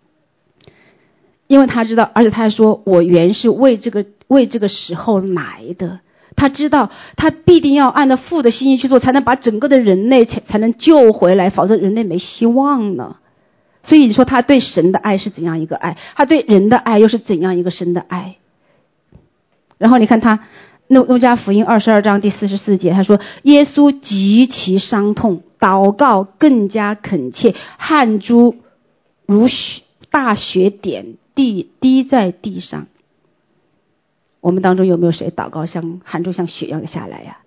因为他知道，而且他还说我原是为这个为这个时候来的。他知道他必定要按照父的心意去做，才能把整个的人类才才能救回来，否则人类没希望呢。所以你说他对神的爱是怎样一个爱，他对人的爱又是怎样一个深的爱。然后你看他路路加福音二十二章第四十四节，他说耶稣极其伤痛，祷告更加恳切，汗珠如大雪点地滴在地上。我们当中有没有谁祷告像汗珠像雪一样下来呀？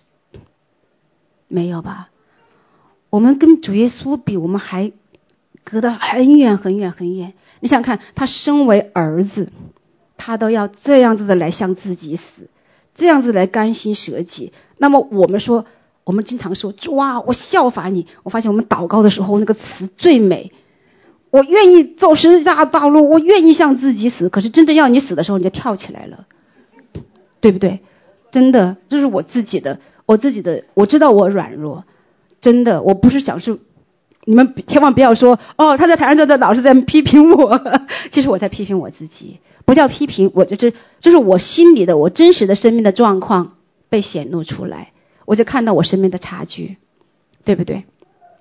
没有吧？我们跟主耶稣比，我们还隔得很远很远很远。你想看，他身为儿子，他都要这样子的来向自己死，这样子来甘心舍己。那么我们说，我们经常说主啊，我效法你。我发现我们祷告的时候那个词最美，我愿意走十字架道路，我愿意向自己死。可是真正要你死的时候，你就跳起来了，对不对？真的，这是我自己的，我自己的，我知道我软弱，真的，我不是想是，你们千万不要说哦，他在台上就在老是在批评我，其实我在批评我自己，不叫批评，我就是就是我心里的，我真实的生命的状况被显露出来，我就看到我生命的差距，对不对？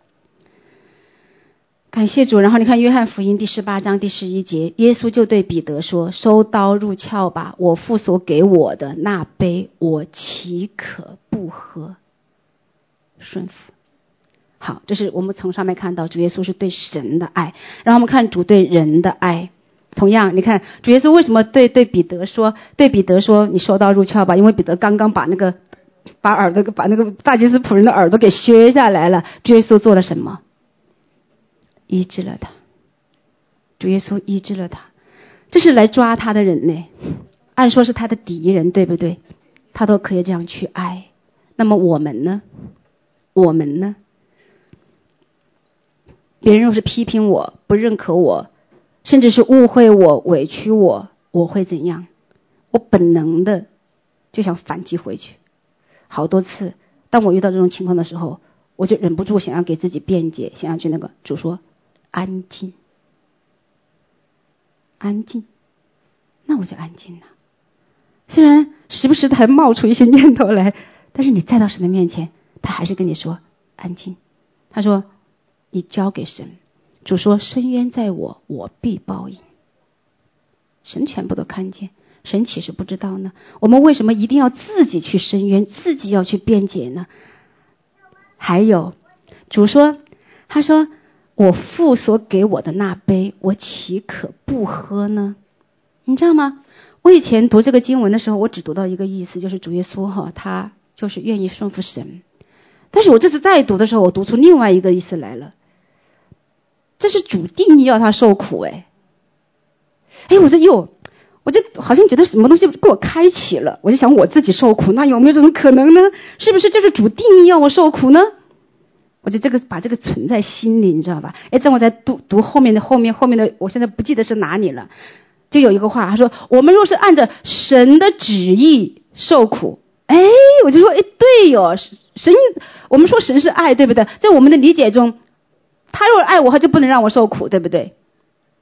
感谢主。然后你看约翰福音第十八章第十一节，耶稣就对彼得说，收刀入鞘吧，我父所给我的那杯我岂可不喝？顺服。好，这是我们从上面看到主耶稣是对神的爱。然后我们看主对人的爱，同样你看主耶稣为什么对对彼得说对彼得说你收刀入鞘吧，因为彼得刚刚把那个把耳朵把那个大祭司仆人的耳朵给削下来了。主耶稣做了什么？医治了他。主耶稣医治了他。这是来抓他的人呢，按说是他的敌人，对不对？他都可以这样去爱。那么我们呢？我们呢？别人若是批评我，不认可我，甚至是误会我，委屈我，我会怎样？我本能的就想反击回去。好多次当我遇到这种情况的时候，我就忍不住想要给自己辩解，想要去那个主说安静安静，那我就安静了。虽然时不时的还冒出一些念头来，但是你再到神的面前，他还是跟你说安静。他说你交给神。主说深渊在我，我必报应。神全部都看见，神岂是不知道呢？我们为什么一定要自己去申冤，自己要去辩解呢？还有主说，他说我父所给我的那杯，我岂可不喝呢？你知道吗？我以前读这个经文的时候，我只读到一个意思，就是主耶稣哈，他就是愿意顺服神。但是我这次再读的时候，我读出另外一个意思来了，这是主定义要他受苦。哎哎，我这又我就好像觉得什么东西给我开启了，我就想我自己受苦，那有没有这种可能呢？是不是就是主定义要我受苦呢？我就这个把这个存在心里，你知道吧？哎，在我在读读后面的后面后面的，我现在不记得是哪里了，就有一个话，他说我们若是按着神的旨意受苦，哎，我就说哎，对哟，神，我们说神是爱，对不对？在我们的理解中，他若爱我，他就不能让我受苦，对不对？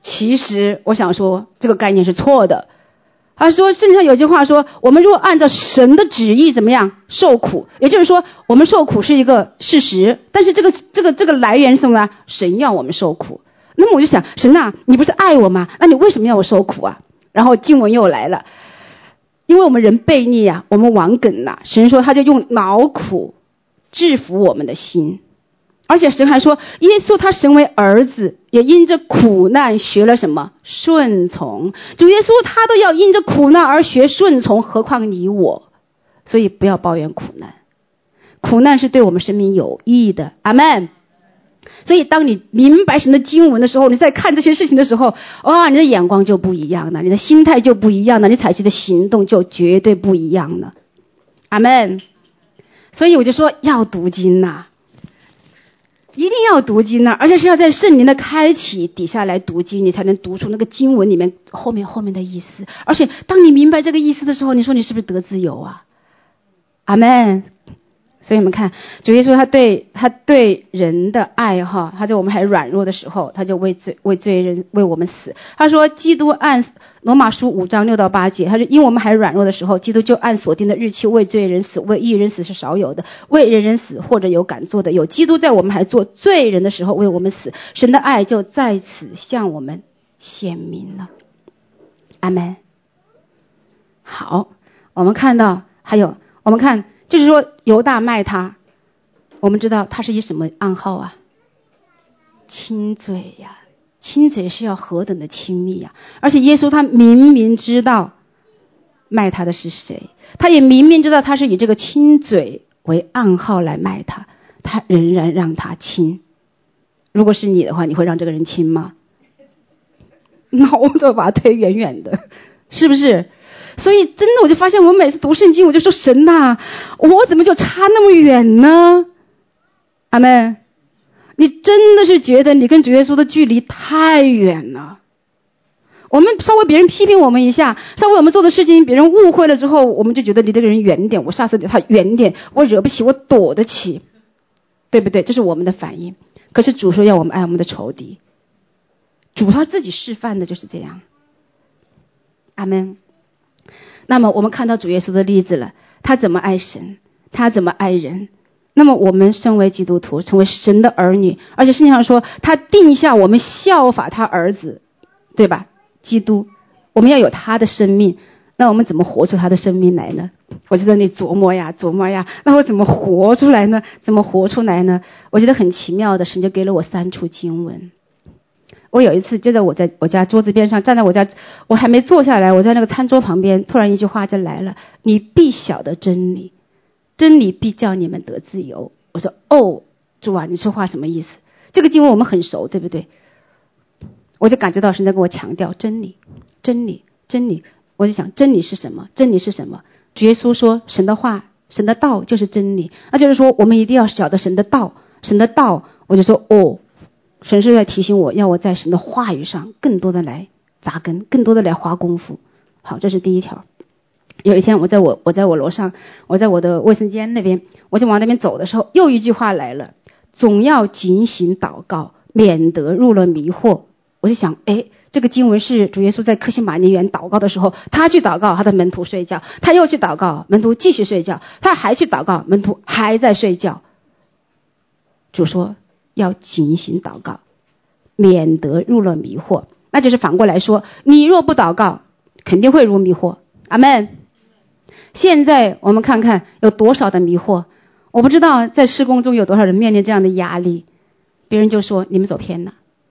其实我想说这个概念是错的。他说圣经上有句话说，我们若按照神的旨意怎么样受苦，也就是说我们受苦是一个事实，但是这个这个这个来源是什么呢？神要我们受苦。那么我就想，神啊，你不是爱我吗？那你为什么要我受苦啊？然后经文又来了，因为我们人悖逆啊，我们顽梗啊，神说他就用劳苦制服我们的心。而且神还说，耶稣他神为儿子，也因着苦难学了什么？顺从。主耶稣他都要因着苦难而学顺从，何况你我？所以不要抱怨苦难，苦难是对我们生命有益的。阿们。所以当你明白神的经文的时候，你在看这些事情的时候，哇，你的眼光就不一样了，你的心态就不一样了，你采取的行动就绝对不一样了。阿们。所以我就说要读经呐、啊，一定要读经呢、啊，而且是要在圣灵的开启底下来读经，你才能读出那个经文里面后面后面的意思。而且当你明白这个意思的时候，你说你是不是得自由啊？阿们。所以我们看主耶稣他对他对人的爱哈，他在我们还软弱的时候，他就为罪为罪人为我们死。他说基督按罗马书五章六到八节，他说因我们还软弱的时候，基督就按所定的日期为罪人死，为义人死是少有的，为人人死或者有敢做的有。基督在我们还做罪人的时候为我们死，神的爱就在此向我们显明了。阿们。好，我们看到还有我们看就是说犹大卖他，我们知道他是以什么暗号啊？亲嘴呀，亲嘴是要何等的亲密呀！而且耶稣他明明知道卖他的是谁，他也明明知道他是以这个亲嘴为暗号来卖他，他仍然让他亲。如果是你的话，你会让这个人亲吗？那我就把他推远远的，是不是？所以真的我就发现，我每次读圣经我就说，神啊，我怎么就差那么远呢？阿们。你真的是觉得你跟主耶稣的距离太远了。我们稍微别人批评我们一下，稍微我们做的事情别人误会了之后，我们就觉得离这个人远点，我下次离他远点，我惹不起我躲得起，对不对？这是我们的反应。可是主说要我们爱我们的仇敌，主他自己示范的就是这样。阿们。那么我们看到主耶稣的例子了，他怎么爱神，他怎么爱人。那么我们身为基督徒，成为神的儿女，而且圣经上说他定下我们效法他儿子，对吧？基督，我们要有他的生命，那我们怎么活出他的生命来呢？我觉得你琢磨呀琢磨呀，那我怎么活出来呢？怎么活出来呢？我觉得很奇妙的，神就给了我三处经文。我有一次就在我在我家桌子边上，站在我家，我还没坐下来，我在那个餐桌旁边，突然一句话就来了，你必晓得真理，真理必叫你们得自由。我说哦，主啊，你说话什么意思？这个经文我们很熟，对不对？我就感觉到神在跟我强调真理，真理，真理。我就想真理是什么？真理是什么？主耶稣说神的话，神的道就是真理，那就是说我们一定要晓得神的道，神的道。我就说哦，神是在提醒我，要我在神的话语上更多的来扎根，更多的来花功夫。好，这是第一条。有一天我在我我在我楼上，我在我的卫生间那边，我就往那边走的时候，又一句话来了，总要警醒祷告，免得入了迷惑。我就想，哎，这个经文是主耶稣在客西马尼园祷告的时候，他去祷告，他的门徒睡觉，他又去祷告，门徒继续睡觉，他还去祷告，门徒还在睡觉。主说要警醒祷告，免得入了迷惑。那就是反过来说，你若不祷告，肯定会入迷惑。阿们。现在我们看看有多少的迷惑，我不知道在事工中有多少人面临这样的压力，别人就说你们走偏了，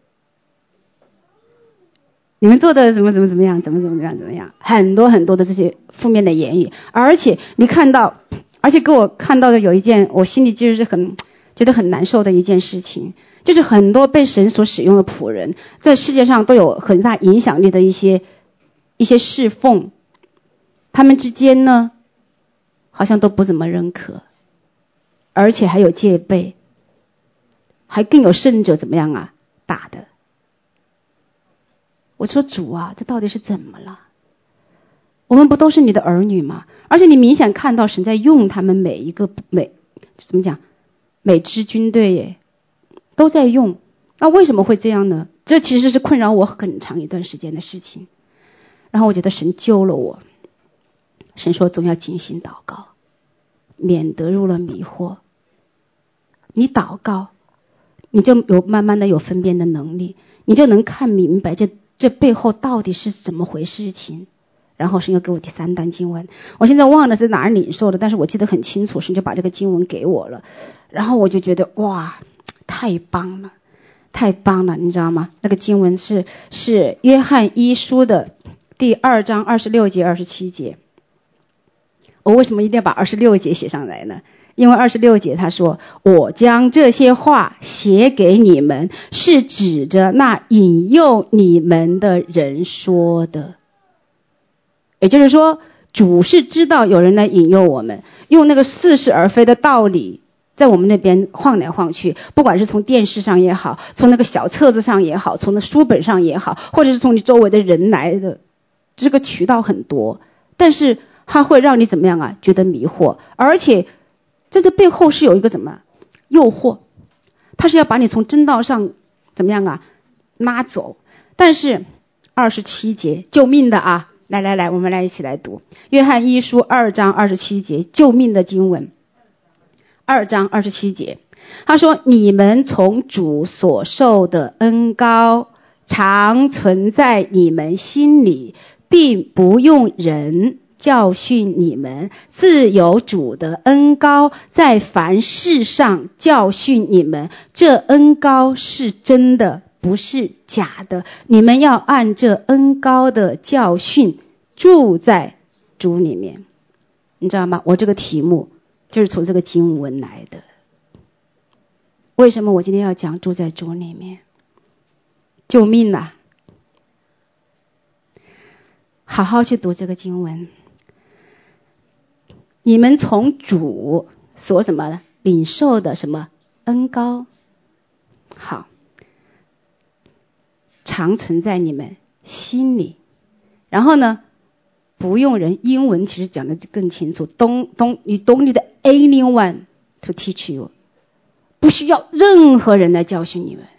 你们做的怎么怎么怎么样，怎么怎么样怎么样，很多很多的这些负面的言语。而且你看到，而且给我看到的有一件我心里就是很觉得很难受的一件事情，就是很多被神所使用的仆人，在世界上都有很大影响力的一些一些侍奉，他们之间呢好像都不怎么认可，而且还有戒备，还更有甚者怎么样啊，打的。我说主啊，这到底是怎么了？我们不都是你的儿女吗？而且你明显看到神在用他们每一个每怎么讲每支军队耶，都在用。那为什么会这样呢？ 这其实是困扰我很长一段时间的事情。然后我觉得神救了我。神说总要警醒祷告，免得入了迷惑。你祷告，你就有慢慢的有分辨的能力，你就能看明白这这背后到底是怎么回事情。然后神又给我第三段经文，我现在忘了是哪儿领受的，但是我记得很清楚，神就把这个经文给我了。然后我就觉得哇，太棒了，太棒了，你知道吗？那个经文是是约翰一书的第二章二十六节二十七节。我为什么一定要把二十六节写上来呢？因为二十六节他说，我将这些话写给你们，是指着那引诱你们的人说的。也就是说，主是知道有人来引诱我们，用那个似是而非的道理在我们那边晃来晃去，不管是从电视上也好，从那个小册子上也好，从那书本上也好，或者是从你周围的人来的，这个渠道很多，但是它会让你怎么样啊？觉得迷惑，而且这个背后是有一个怎么诱惑，它是要把你从真道上怎么样啊拉走。但是二十七节救命的啊！来来来，我们来一起来读约翰一书二章二十七节救命的经文。二章二十七节，他说：你们从主所受的恩膏常存在你们心里，并不用人教训你们，自有主的恩膏在凡事上教训你们，这恩膏是真的，不是假的。你们要按这恩膏的教训住在主里面。你知道吗？我这个题目就是从这个经文来的。为什么我今天要讲住在主里面？救命啊！好好去读这个经文。你们从主所什么领受的什么恩膏，好，常存在你们心里。然后呢，不用人，英文其实讲的更清楚。Don't don't you don't need anyone to teach you， 不需要任何人来教训你们。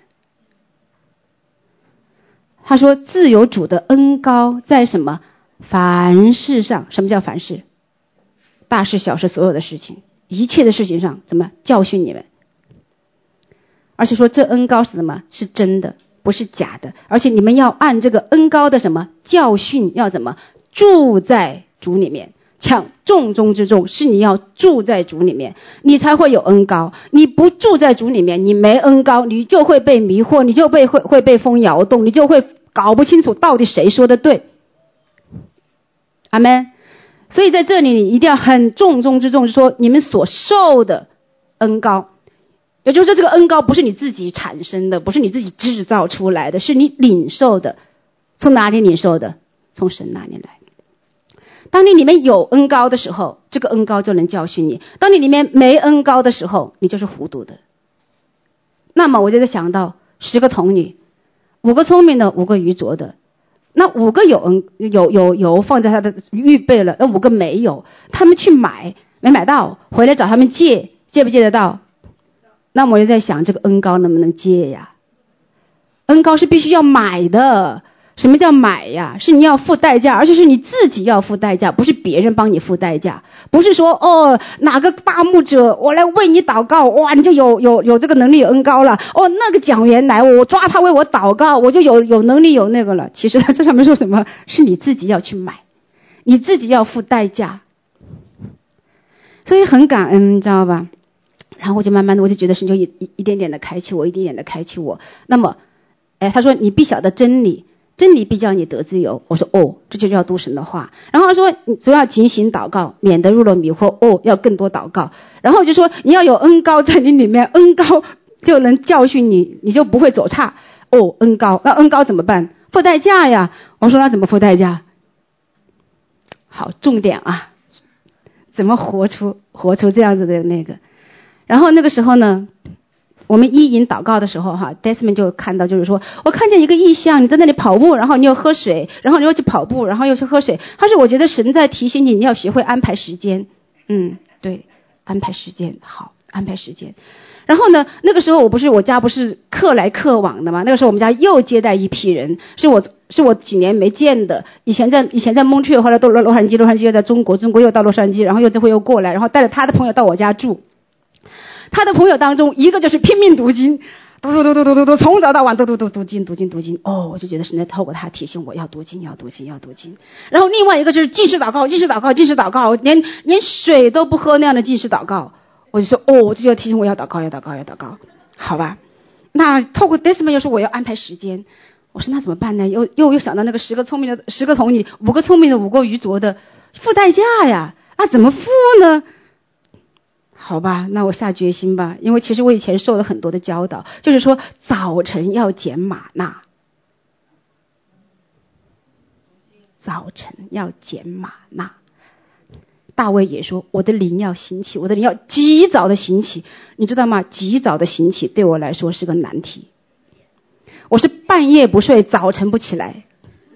他说，自有主的恩膏在什么凡事上？什么叫凡事？大事小事所有的事情，一切的事情上怎么教训你们？而且说这恩膏是什么？是真的，不是假的。而且你们要按这个恩膏的什么教训，要怎么住在主里面。抢重中之重是你要住在主里面，你才会有恩膏。你不住在主里面，你没恩膏，你就会被迷惑，你就被会会被风摇动，你就会搞不清楚到底谁说的对。阿们。所以在这里你一定要很重中之重，就是说你们所受的恩膏，也就是说这个恩膏不是你自己产生的，不是你自己制造出来的，是你领受的。从哪里领受的？从神那里来。当你里面有恩膏的时候，这个恩膏就能教训你；当你里面没恩膏的时候，你就是糊涂的。那么我就在想到十个童女，五个聪明的，五个愚拙的。那五个有恩有有油放在他的预备了，那五个没有，他们去买没买到，回来找他们借，借不借得到？那我就在想，这个恩膏能不能借呀？恩膏是必须要买的。什么叫买呀？是你要付代价，而且是你自己要付代价，不是别人帮你付代价。不是说哦哪个大牧者我来为你祷告，哇你就有有有这个能力有恩膏了。哦那个讲员来我抓他为我祷告，我就有有能力有那个了。其实他这上面说什么？是你自己要去买，你自己要付代价。所以很感恩，你知道吧？然后我就慢慢的我就觉得神就一一一点点的开启我，一点点的开启我。那么哎他说你必晓得真理，真理必叫你得自由。我说哦，这就叫读神的话。然后他说你总要警醒祷告，免得入了迷惑。哦，要更多祷告。然后就说你要有恩膏在你里面，恩膏就能教训你，你就不会走差。哦，恩膏，那恩膏怎么办？付代价呀。我说那怎么付代价？好，重点啊，怎么活出活出这样子的那个。然后那个时候呢，我们一引祷告的时候哈 Desmond 就看到，就是说我看见一个异象，你在那里跑步，然后你又喝水，然后你又去跑步，然后又去喝水。他说我觉得神在提醒你，你要学会安排时间。嗯，对，安排时间，好，安排时间。 然后呢，那个时候我不是我家不是客来客往的嘛，那个时候我们家又接待一批人，是我是我几年没见的，以前在以前在蒙特利尔，后来到洛杉矶，洛杉矶又在中国，中国又到洛杉矶，然后又这回又过来，然后带着他的朋友到我家住。他的朋友当中，一个就是拼命读经，读读读读读读读，从早到晚读读读读经读经读经。哦，我就觉得神在透过他提醒我要读经，要读经，要读经。然后另外一个就是禁食祷告，禁食祷告，禁食祷告，连连水都不喝那样的禁食祷告。我就说，哦，这就要提醒我要祷告，要祷告，要祷告，好吧？那透过 Desmond 又说我要安排时间，我说那怎么办呢？又又又想到那个十个聪明的十个童女，五个聪明的，五个愚拙的，付代价呀！啊，怎么付呢？好吧，那我下决心吧，因为其实我以前受了很多的教导，就是说早晨要捡玛纳，早晨要捡玛纳。大卫也说我的灵要兴起，我的灵要极早的兴起，你知道吗？极早的兴起对我来说是个难题，我是半夜不睡，早晨不起来，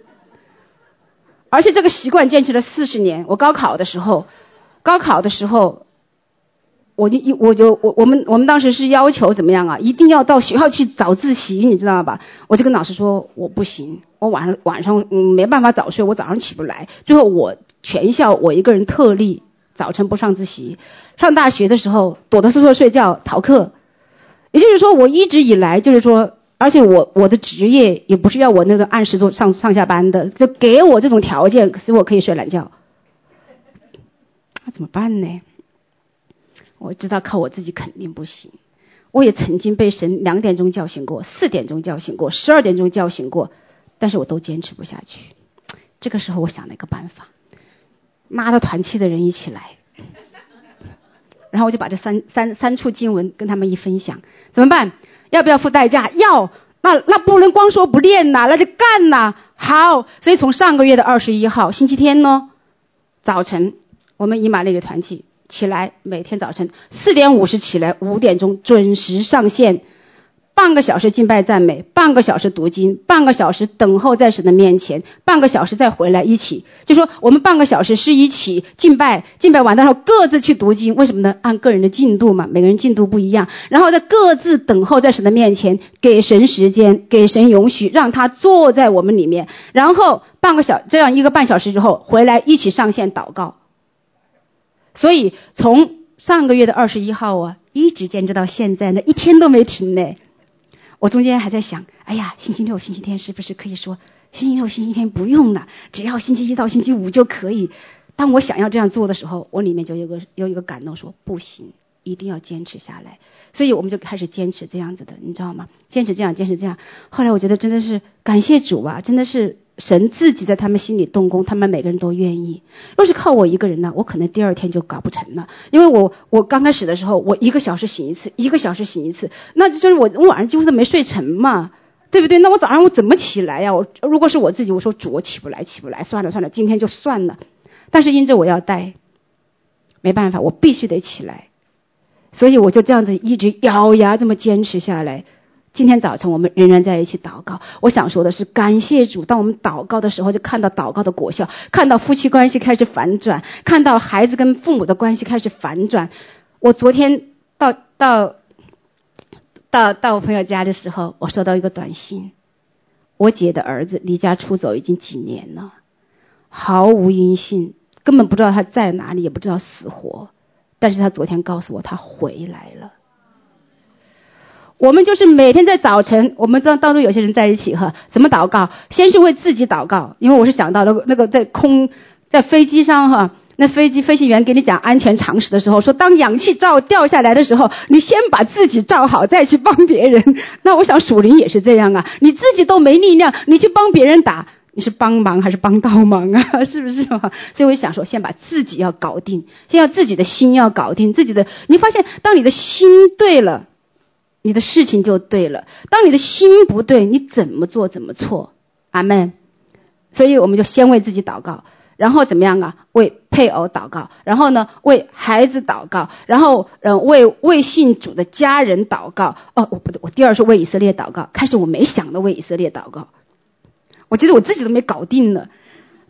而且这个习惯坚持了四十年。我高考的时候高考的时候我就我就我我们我们当时是要求怎么样啊？一定要到学校去早自习，你知道吧？我就跟老师说我不行，我晚上晚上嗯没办法早睡，我早上起不来。最后我全校我一个人特例，早晨不上自习。上大学的时候躲到宿舍睡觉逃课。也就是说我一直以来就是说，而且我我的职业也不是要我那个按时做上上下班的，就给我这种条件使我可以睡懒觉。那怎么办呢？我知道靠我自己肯定不行，我也曾经被神两点钟叫醒过，四点钟叫醒过，十二点钟叫醒过，但是我都坚持不下去。这个时候我想了一个办法，拉着团契的人一起来，然后我就把这三三三处经文跟他们一分享，怎么办？要不要付代价？要，那那不能光说不练呐，那就干呐。好，所以从上个月的二十一号星期天呢，早晨我们以马内利团契起来，每天早晨四点五十起来，五点钟准时上线，半个小时敬拜赞美，半个小时读经，半个小时等候在神的面前，半个小时再回来一起，就说我们半个小时是一起敬拜，敬拜完的时候各自去读经。为什么呢？按个人的进度嘛，每个人进度不一样，然后再各自等候在神的面前，给神时间，给神允许，让他坐在我们里面，然后半个小这样一个半小时之后回来一起上线祷告。所以从上个月的二十一号啊，一直坚持到现在呢，一天都没停呢。我中间还在想，哎呀，星期六、星期天是不是可以说星期六、星期天不用了，只要星期一到星期五就可以。当我想要这样做的时候，我里面就有个有一个感动说，不行，一定要坚持下来。所以我们就开始坚持这样子的，你知道吗？坚持这样，坚持这样。后来我觉得真的是感谢主啊，真的是神自己在他们心里动工，他们每个人都愿意。若是靠我一个人呢，我可能第二天就搞不成了。因为我我刚开始的时候，我一个小时醒一次，一个小时醒一次，那就是我我晚上几乎都没睡成嘛，对不对？那我早上我怎么起来呀？我如果是我自己，我说主我起不来，起不来，算了算了，今天就算了。但是因着我要带，没办法，我必须得起来。所以我就这样子一直咬牙这么坚持下来。今天早晨我们仍然在一起祷告。我想说的是，感谢主，当我们祷告的时候，就看到祷告的果效，看到夫妻关系开始反转，看到孩子跟父母的关系开始反转。我昨天到到到到我朋友家的时候，我收到一个短信，我姐的儿子离家出走已经几年了，毫无音信，根本不知道他在哪里，也不知道死活。但是他昨天告诉我他回来了。我们就是每天在早晨，我们当当中有些人在一起哈，怎么祷告？先是为自己祷告，因为我是想到那个那个在空在飞机上哈，那飞机飞行员给你讲安全常识的时候，说当氧气罩掉下来的时候，你先把自己罩好，再去帮别人。那我想属灵也是这样啊，你自己都没力量，你去帮别人打，你是帮忙还是帮倒忙啊？是不是嘛？所以我想说，先把自己要搞定，先要自己的心要搞定，自己的，你发现当你的心对了，你的事情就对了。当你的心不对，你怎么做怎么错。阿们。所以我们就先为自己祷告，然后怎么样啊？为配偶祷告，然后呢，为孩子祷告，然后呃为为信主的家人祷告。哦，我不对，我第二是为以色列祷告。开始我没想到为以色列祷告，我觉得我自己都没搞定了。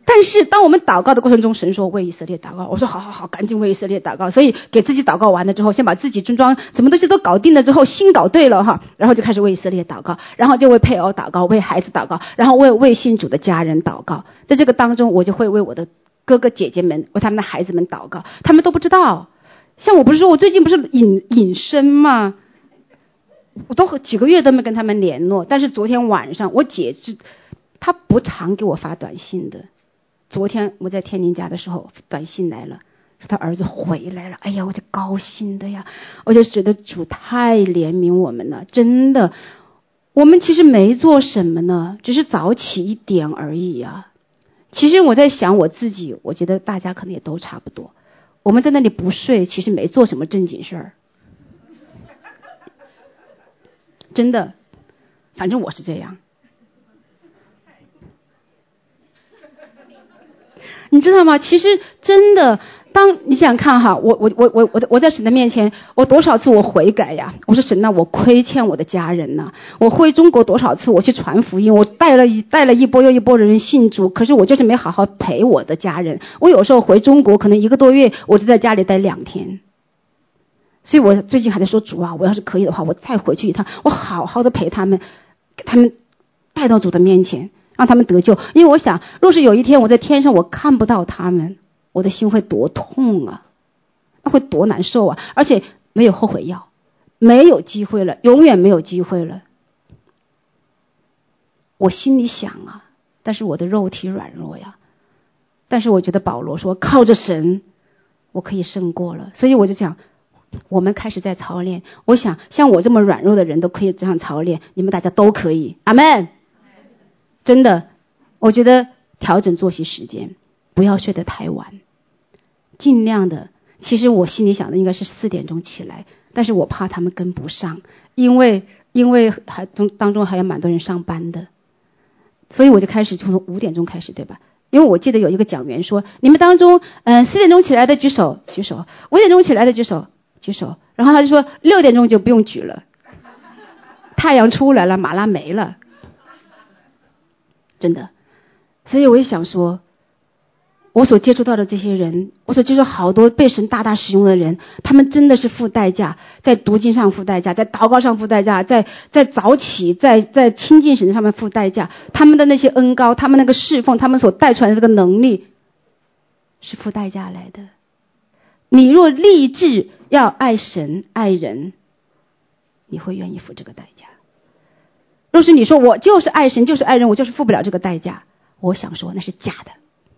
但是当我们祷告的过程中，神说为以色列祷告，我说好好好，赶紧为以色列祷告。所以给自己祷告完了之后，先把自己尊装什么东西都搞定了之后，心搞对了哈，然后就开始为以色列祷告，然后就为配偶祷告，为孩子祷告，然后为为信主的家人祷告。在这个当中，我就会为我的哥哥姐姐们，为他们的孩子们祷告，他们都不知道。像我不是说我最近不是隐隐身吗？我都几个月都没跟他们联络，但是昨天晚上我姐是她不常给我发短信的。昨天我在天宁家的时候，短信来了，说他儿子回来了。哎呀，我就高兴的呀，我就觉得主太怜悯我们了，真的。我们其实没做什么呢，只是早起一点而已啊。其实我在想我自己，我觉得大家可能也都差不多。我们在那里不睡，其实没做什么正经事儿，真的。反正我是这样。你知道吗？其实真的，当你想看哈，我我我我我我在神的面前，我多少次我悔改呀？我说神呐，我亏欠我的家人呐！我回中国多少次我去传福音，我带了一带了一波又一波的人信主，可是我就是没好好陪我的家人。我有时候回中国可能一个多月，我就在家里待两天。所以我最近还在说主啊，我要是可以的话，我再回去一趟，我好好的陪他们，给他们带到主的面前。让他们得救。因为我想，若是有一天我在天上我看不到他们，我的心会多痛啊，那会多难受啊。而且没有后悔药，没有机会了，永远没有机会了。我心里想啊，但是我的肉体软弱呀。但是我觉得保罗说靠着神我可以胜过了。所以我就想，我们开始在操练。我想像我这么软弱的人都可以这样操练，你们大家都可以。阿们。真的，我觉得调整作息时间，不要睡得太晚，尽量的。其实我心里想的应该是四点钟起来，但是我怕他们跟不上，因为因为还中当中还有蛮多人上班的，所以我就开始从五点钟开始，对吧？因为我记得有一个讲员说，你们当中，嗯、呃，四点钟起来的举手举手，五点钟起来的举手举手，然后他就说六点钟就不用举了，太阳出来了，马拉没了。真的，所以我也想说，我所接触到的这些人，我所接触好多被神大大使用的人，他们真的是付代价，在读经上付代价，在祷告上付代价，在在早起，在在亲近神上面付代价。他们的那些恩膏，他们那个侍奉，他们所带出来的这个能力，是付代价来的。你若立志要爱神爱人，你会愿意付这个代价。若是你说我就是爱神就是爱人，我就是付不了这个代价，我想说那是假的。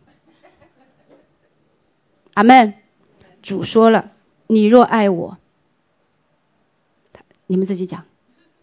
阿们。主说了，你若爱我，你们自己讲，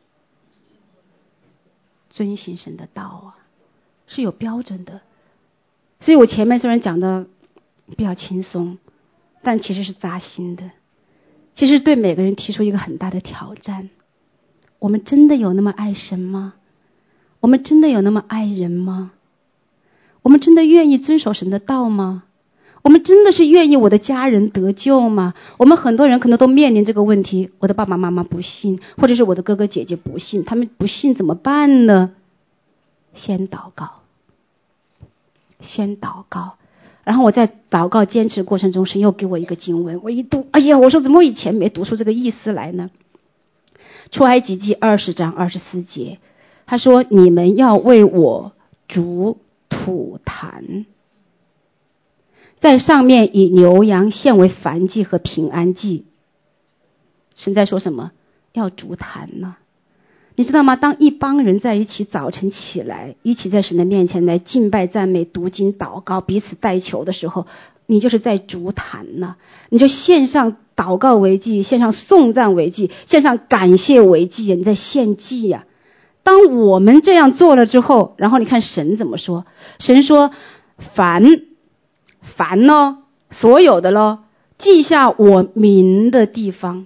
遵行神的道啊，是有标准的。所以我前面虽然讲的比较轻松，但其实是扎心的，其实对每个人提出一个很大的挑战。我们真的有那么爱神吗？我们真的有那么爱人吗？我们真的愿意遵守神的道吗？我们真的是愿意我的家人得救吗？我们很多人可能都面临这个问题，我的爸爸妈妈不信，或者是我的哥哥姐姐不信，他们不信怎么办呢？先祷告，先祷告，然后我在祷告坚持过程中，神又给我一个经文，我一读，哎呀，我说怎么我以前没读出这个意思来呢？出埃及记二十章二十四节，他说你们要为我筑土坛，在上面以牛羊献为燔祭和平安祭。神在说什么？要筑坛呢、啊？你知道吗？当一帮人在一起早晨起来，一起在神的面前来敬拜赞美读经祷告彼此代求的时候，你就是在筑坛呢、啊。你就献上祷告为祭，献上颂赞为祭，献上感谢为祭，你在献祭呀、啊。当我们这样做了之后，然后你看神怎么说？神说凡凡呢，所有的咯，记下我名的地方，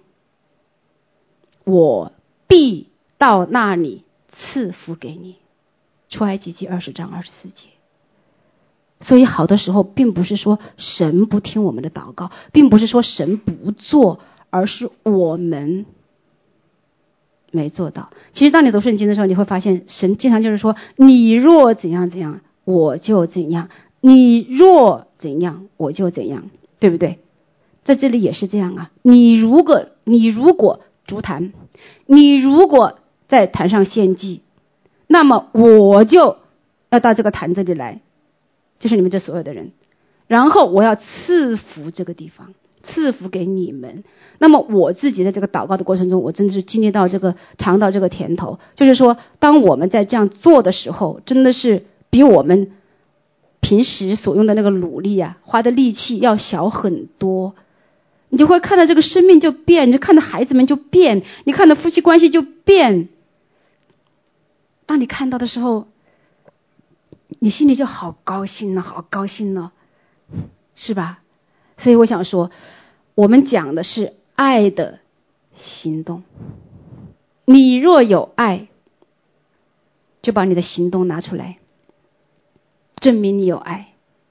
我必到那里赐福给你。出埃及记二十章二十四节。所以好的时候并不是说神不听我们的祷告，并不是说神不做，而是我们没做到。其实当你读圣经的时候，你会发现神经常就是说你若怎样怎样我就怎样， 你若怎样，我就怎样，对不对？在这里也是这样啊。你如果你如果筑坛，你如果在坛上献祭，那么我就要到这个坛这里来，就是你们这所有的人，然后我要赐福这个地方，赐福给你们。那么我自己在这个祷告的过程中，我真的是经历到这个尝到这个甜头，就是说当我们在这样做的时候，真的是比我们平时所用的那个努力啊，花的力气要小很多。你就会看到这个生命就变，你就看到孩子们就变，你看到夫妻关系就变。当你看到的时候，你心里就好高兴了，好高兴了，是吧？所以我想说，我们讲的是爱的行动。你若有爱，就把你的行动拿出来，证明你有爱。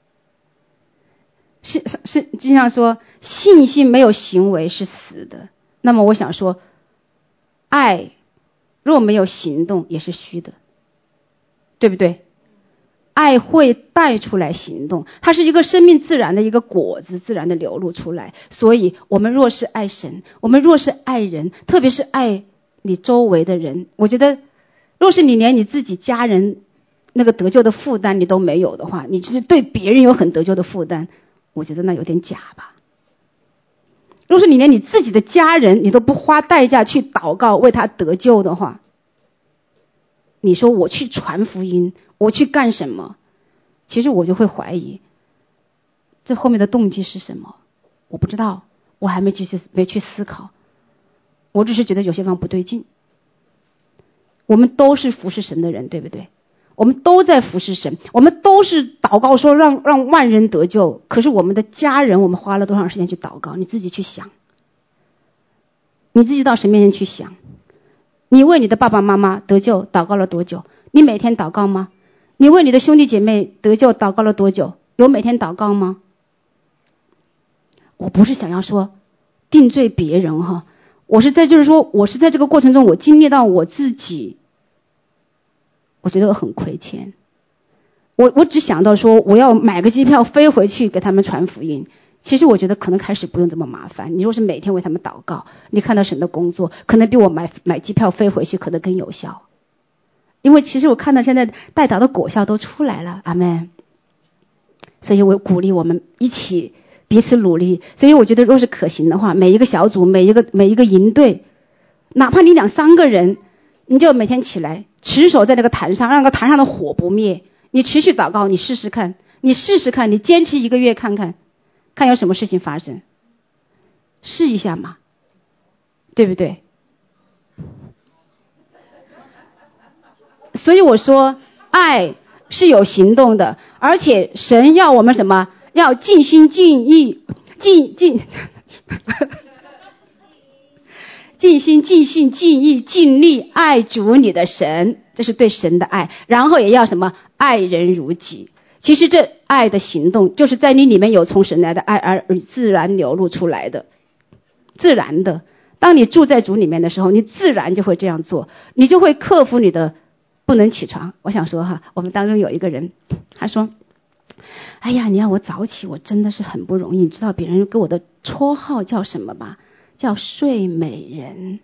是是，经常说信心没有行为是死的。那么我想说，爱若没有行动也是虚的，对不对？爱会带出来行动，它是一个生命自然的一个果子，自然的流露出来。所以我们若是爱神，我们若是爱人，特别是爱你周围的人，我觉得若是你连你自己家人那个得救的负担你都没有的话，你就是对别人有很得救的负担，我觉得那有点假吧。若是你连你自己的家人你都不花代价去祷告为他得救的话，你说我去传福音，我去干什么？其实我就会怀疑这后面的动机是什么，我不知道，我还没去没去思考。我只是觉得有些地方不对劲。我们都是服侍神的人，对不对？我们都在服侍神，我们都是祷告说让让万人得救，可是我们的家人，我们花了多长时间去祷告？你自己去想，你自己到神面前去想，你为你的爸爸妈妈得救祷告了多久？你每天祷告吗？你为你的兄弟姐妹得救祷告了多久？有每天祷告吗？我不是想要说定罪别人哈，我是在就是说我是在这个过程中我经历到我自己，我觉得我很亏欠。我我只想到说我要买个机票飞回去给他们传福音。其实我觉得可能开始不用这么麻烦，你若是每天为他们祷告，你看到神的工作，可能比我买买机票飞回去可能更有效。因为其实我看到现在代祷的果效都出来了，阿们。所以我鼓励我们一起彼此努力。所以我觉得若是可行的话，每一个小组每一个每一个营队，哪怕你两三个人，你就每天起来持守在这个坛上，让个坛上的火不灭，你持续祷告，你试试看，你试试看，你坚持一个月看看，看有什么事情发生，试一下嘛，对不对？所以我说爱是有行动的，而且神要我们什么？要尽心尽意尽尽尽心尽心尽意尽力爱主你的神，这是对神的爱。然后也要什么？爱人如己。其实这爱的行动就是在你里面有从神来的爱而自然流露出来的，自然的。当你住在主里面的时候，你自然就会这样做，你就会克服你的不能起床。我想说哈，我们当中有一个人，他说哎呀，你要我早起我真的是很不容易。你知道别人给我的绰号叫什么吧？叫睡美人。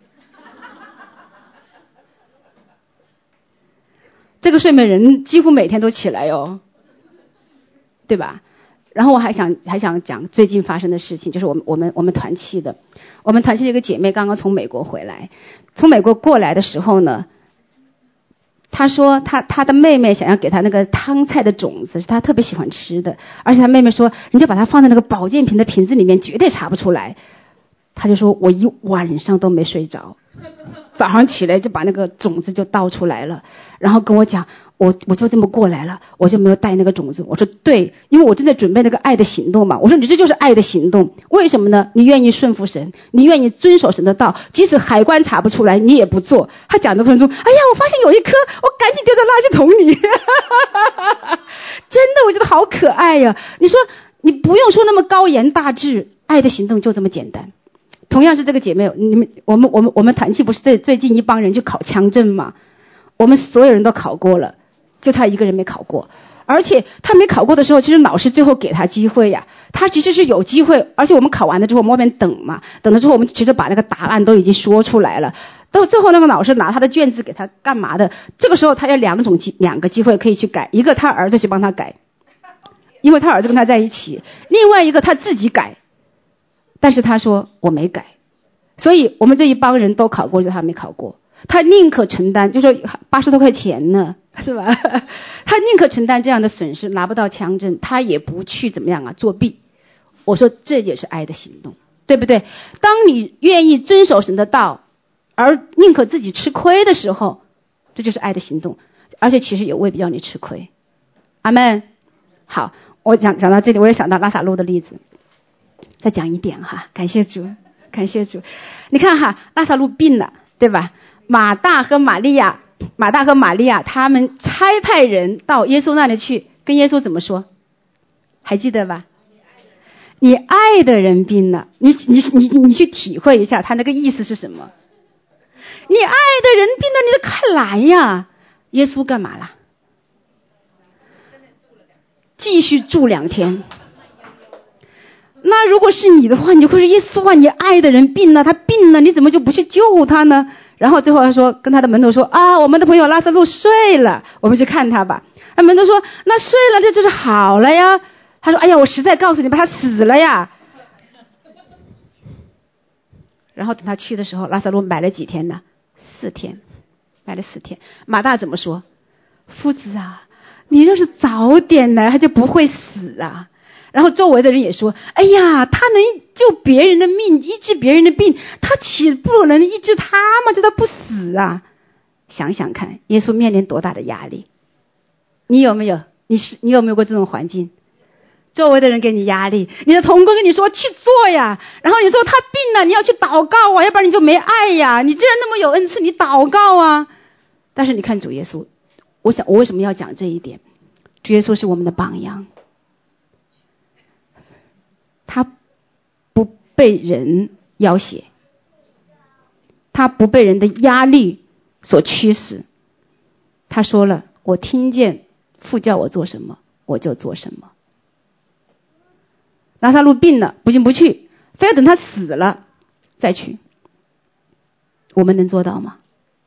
这个睡美人几乎每天都起来哦，对吧？然后我还想还想讲最近发生的事情，就是我们我们我们团契的，我们团契的一个姐妹刚刚从美国回来，从美国过来的时候呢，她说她她的妹妹想要给她那个汤菜的种子，是她特别喜欢吃的，而且她妹妹说你就把它放在那个保健品的瓶子里面，绝对查不出来。她就说我一晚上都没睡着，早上起来就把那个种子就倒出来了，然后跟我讲我我就这么过来了，我就没有带那个种子。我说对，因为我正在准备那个爱的行动嘛。我说你这就是爱的行动，为什么呢？你愿意顺服神，你愿意遵守神的道，即使海关查不出来你也不做。他讲的过程中，哎呀我发现有一颗，我赶紧丢在垃圾桶里真的我觉得好可爱呀。你说你不用说那么高言大志，爱的行动就这么简单。同样是这个姐妹，你们我们我们我们团契不是最最近一帮人去考枪证嘛，我们所有人都考过了，就她一个人没考过。 而且他没考过的时候，其实老师最后给他机会呀，他其实是有机会，而且我们考完了之后，我们外面等嘛，等了之后我们其实把那个答案都已经说出来了。到最后那个老师拿他的卷子给他干嘛的？这个时候他有两种机两个机会可以去改，一个他儿子去帮他改，因为他儿子跟他在一起；另外一个他自己改，但是他说我没改。所以我们这一帮人都考过，他没考过，他宁可承担，就说八十多块钱呢，是吧？他宁可承担这样的损失，拿不到枪证，他也不去怎么样啊作弊。我说这也是爱的行动，对不对？当你愿意遵守神的道，而宁可自己吃亏的时候，这就是爱的行动，而且其实也未必要你吃亏。阿们。好，我讲讲到这里，我也想到拉撒路的例子，再讲一点哈，感谢主，感谢主。你看哈，拉撒路病了，对吧？马大和玛利亚，马大和玛利亚他们差派人到耶稣那里去，跟耶稣怎么说？还记得吧？你爱的人病了，你你你你去体会一下他那个意思是什么？你爱的人病了，你就快来呀！耶稣干嘛了？继续住两天。那如果是你的话，你就会说耶稣啊，你爱的人病了，他病了，你怎么就不去救他呢？然后最后他说，跟他的门徒说啊，我们的朋友拉撒路睡了，我们去看他吧。那门徒说，那睡了这就是好了呀。他说，哎呀，我实在告诉你吧，他死了呀。然后等他去的时候，拉撒路买了几天呢？四天，买了四天。马大怎么说？夫子啊，你要是早点来，他就不会死啊。然后周围的人也说，哎呀，他能救别人的命，医治别人的病，他岂不能医治他吗？叫他不死啊。想想看，耶稣面临多大的压力。你有没有？你是你有没有过这种环境？周围的人给你压力，你的同工跟你说去做呀，然后你说他病了，你要去祷告啊，要不然你就没爱呀。你既然那么有恩赐，你祷告啊。但是你看主耶稣，我想我为什么要讲这一点？主耶稣是我们的榜样，他不被人要挟，他不被人的压力所驱使。他说了，我听见父叫我做什么，我就做什么。拉撒路病了，不行不去，非要等他死了再去。我们能做到吗？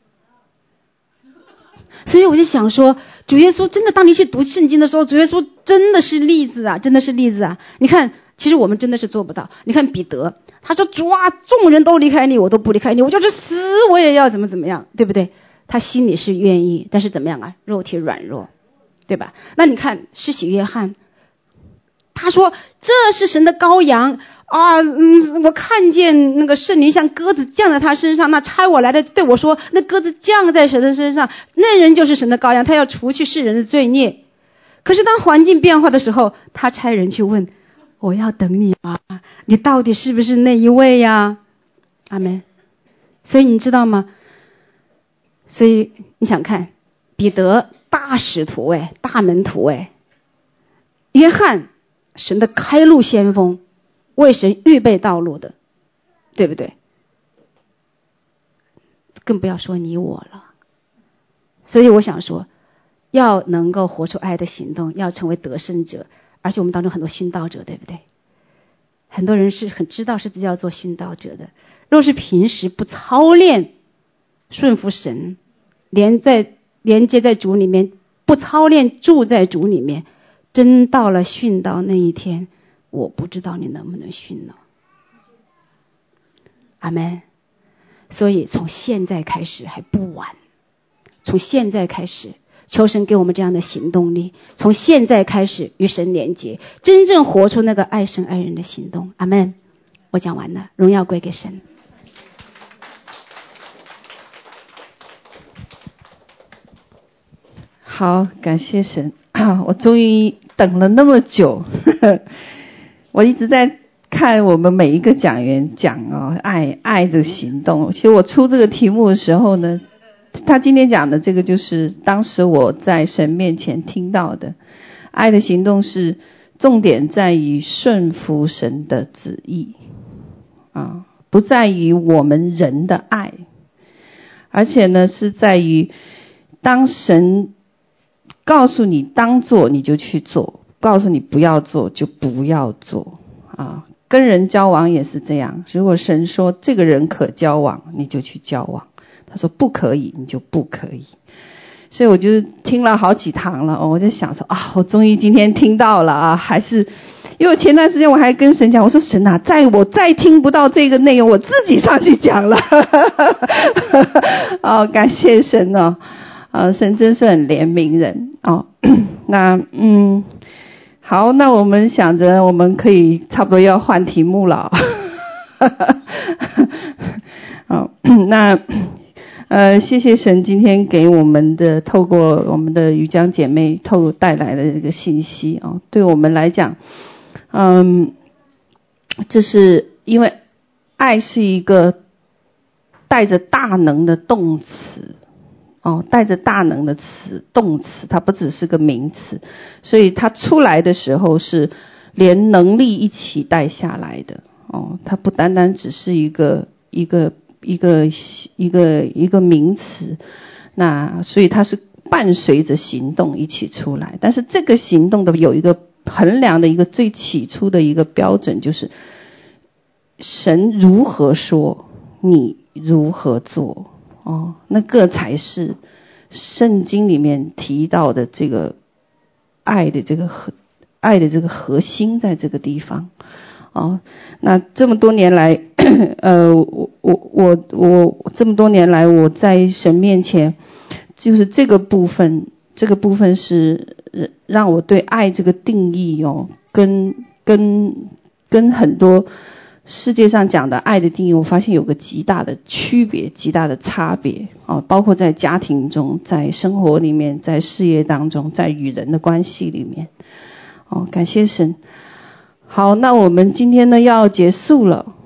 所以我就想说，主耶稣真的，当你去读圣经的时候，主耶稣真的是例子啊，真的是例子啊。你看，其实我们真的是做不到。你看彼得，他说主啊，众人都离开你，我都不离开你，我就是死我也要怎么怎么样，对不对？他心里是愿意，但是怎么样啊？肉体软弱，对吧？那你看施洗约翰，他说这是神的羔羊啊，嗯，我看见那个圣灵像鸽子降在他身上，那差我来的对我说，那鸽子降在神的身上，那人就是神的羔羊，他要除去世人的罪孽。可是当环境变化的时候，他差人去问，我要等你啊，你到底是不是那一位呀？阿们。所以你知道吗？所以你想看彼得大使徒哎，大门徒哎，约翰神的开路先锋，为神预备道路的，对不对？更不要说你我了。所以我想说，要能够活出爱的行动，要成为得胜者，而且我们当中很多殉道者，对不对？很多人是很知道是要做殉道者的，若是平时不操练顺服神，连在连接在主里面，不操练住在主里面，真到了殉道那一天，我不知道你能不能殉了。阿们。所以从现在开始还不晚，从现在开始求神给我们这样的行动力，从现在开始与神连结，真正活出那个爱神爱人的行动。阿们。我讲完了，荣耀归给神。 好，感谢神啊！我终于等了那么久，呵呵，我一直在看我们每一个讲员讲哦，爱爱的行动。其实我出这个题目的时候呢，他今天讲的这个就是当时我在神面前听到的，爱的行动是重点在于顺服神的旨意啊，不在于我们人的爱，而且呢是在于当神告诉你当做你就去做，告诉你不要做就不要做啊。跟人交往也是这样，如果神说这个人可交往，你就去交往，他说不可以，你就不可以。所以我就听了好几堂了，我就想说啊，我终于今天听到了啊，还是因为前段时间我还跟神讲，我说神啊，再我再听不到这个内容，我自己上去讲了。哦，感谢神哦，呃，神真是很怜悯人哦。那嗯。好，那我们想着我们可以差不多要换题目了。好，那呃，谢谢神今天给我们的透过我们的瑜江姐妹透带来的这个信息啊、哦，对我们来讲，嗯，这是因为爱是一个带着大能的动词。哦，带着大能的词，动词，它不只是个名词，所以它出来的时候是连能力一起带下来的。哦，它不单单只是一个一个一个一个一个名词，那所以它是伴随着行动一起出来。但是这个行动的有一个衡量的一个最起初的一个标准，就是神如何说，你如何做。哦，那个才是圣经里面提到的这个爱的这个核爱的这个核心在这个地方。哦，那这么多年来，呃，我我我我这么多年来我在神面前，就是这个部分，这个部分是让我对爱这个定义哦，跟跟跟很多世界上讲的爱的定义，我发现有个极大的区别，极大的差别啊，包括在家庭中，在生活里面，在事业当中，在与人的关系里面。哦，感谢神。好，那我们今天呢要结束了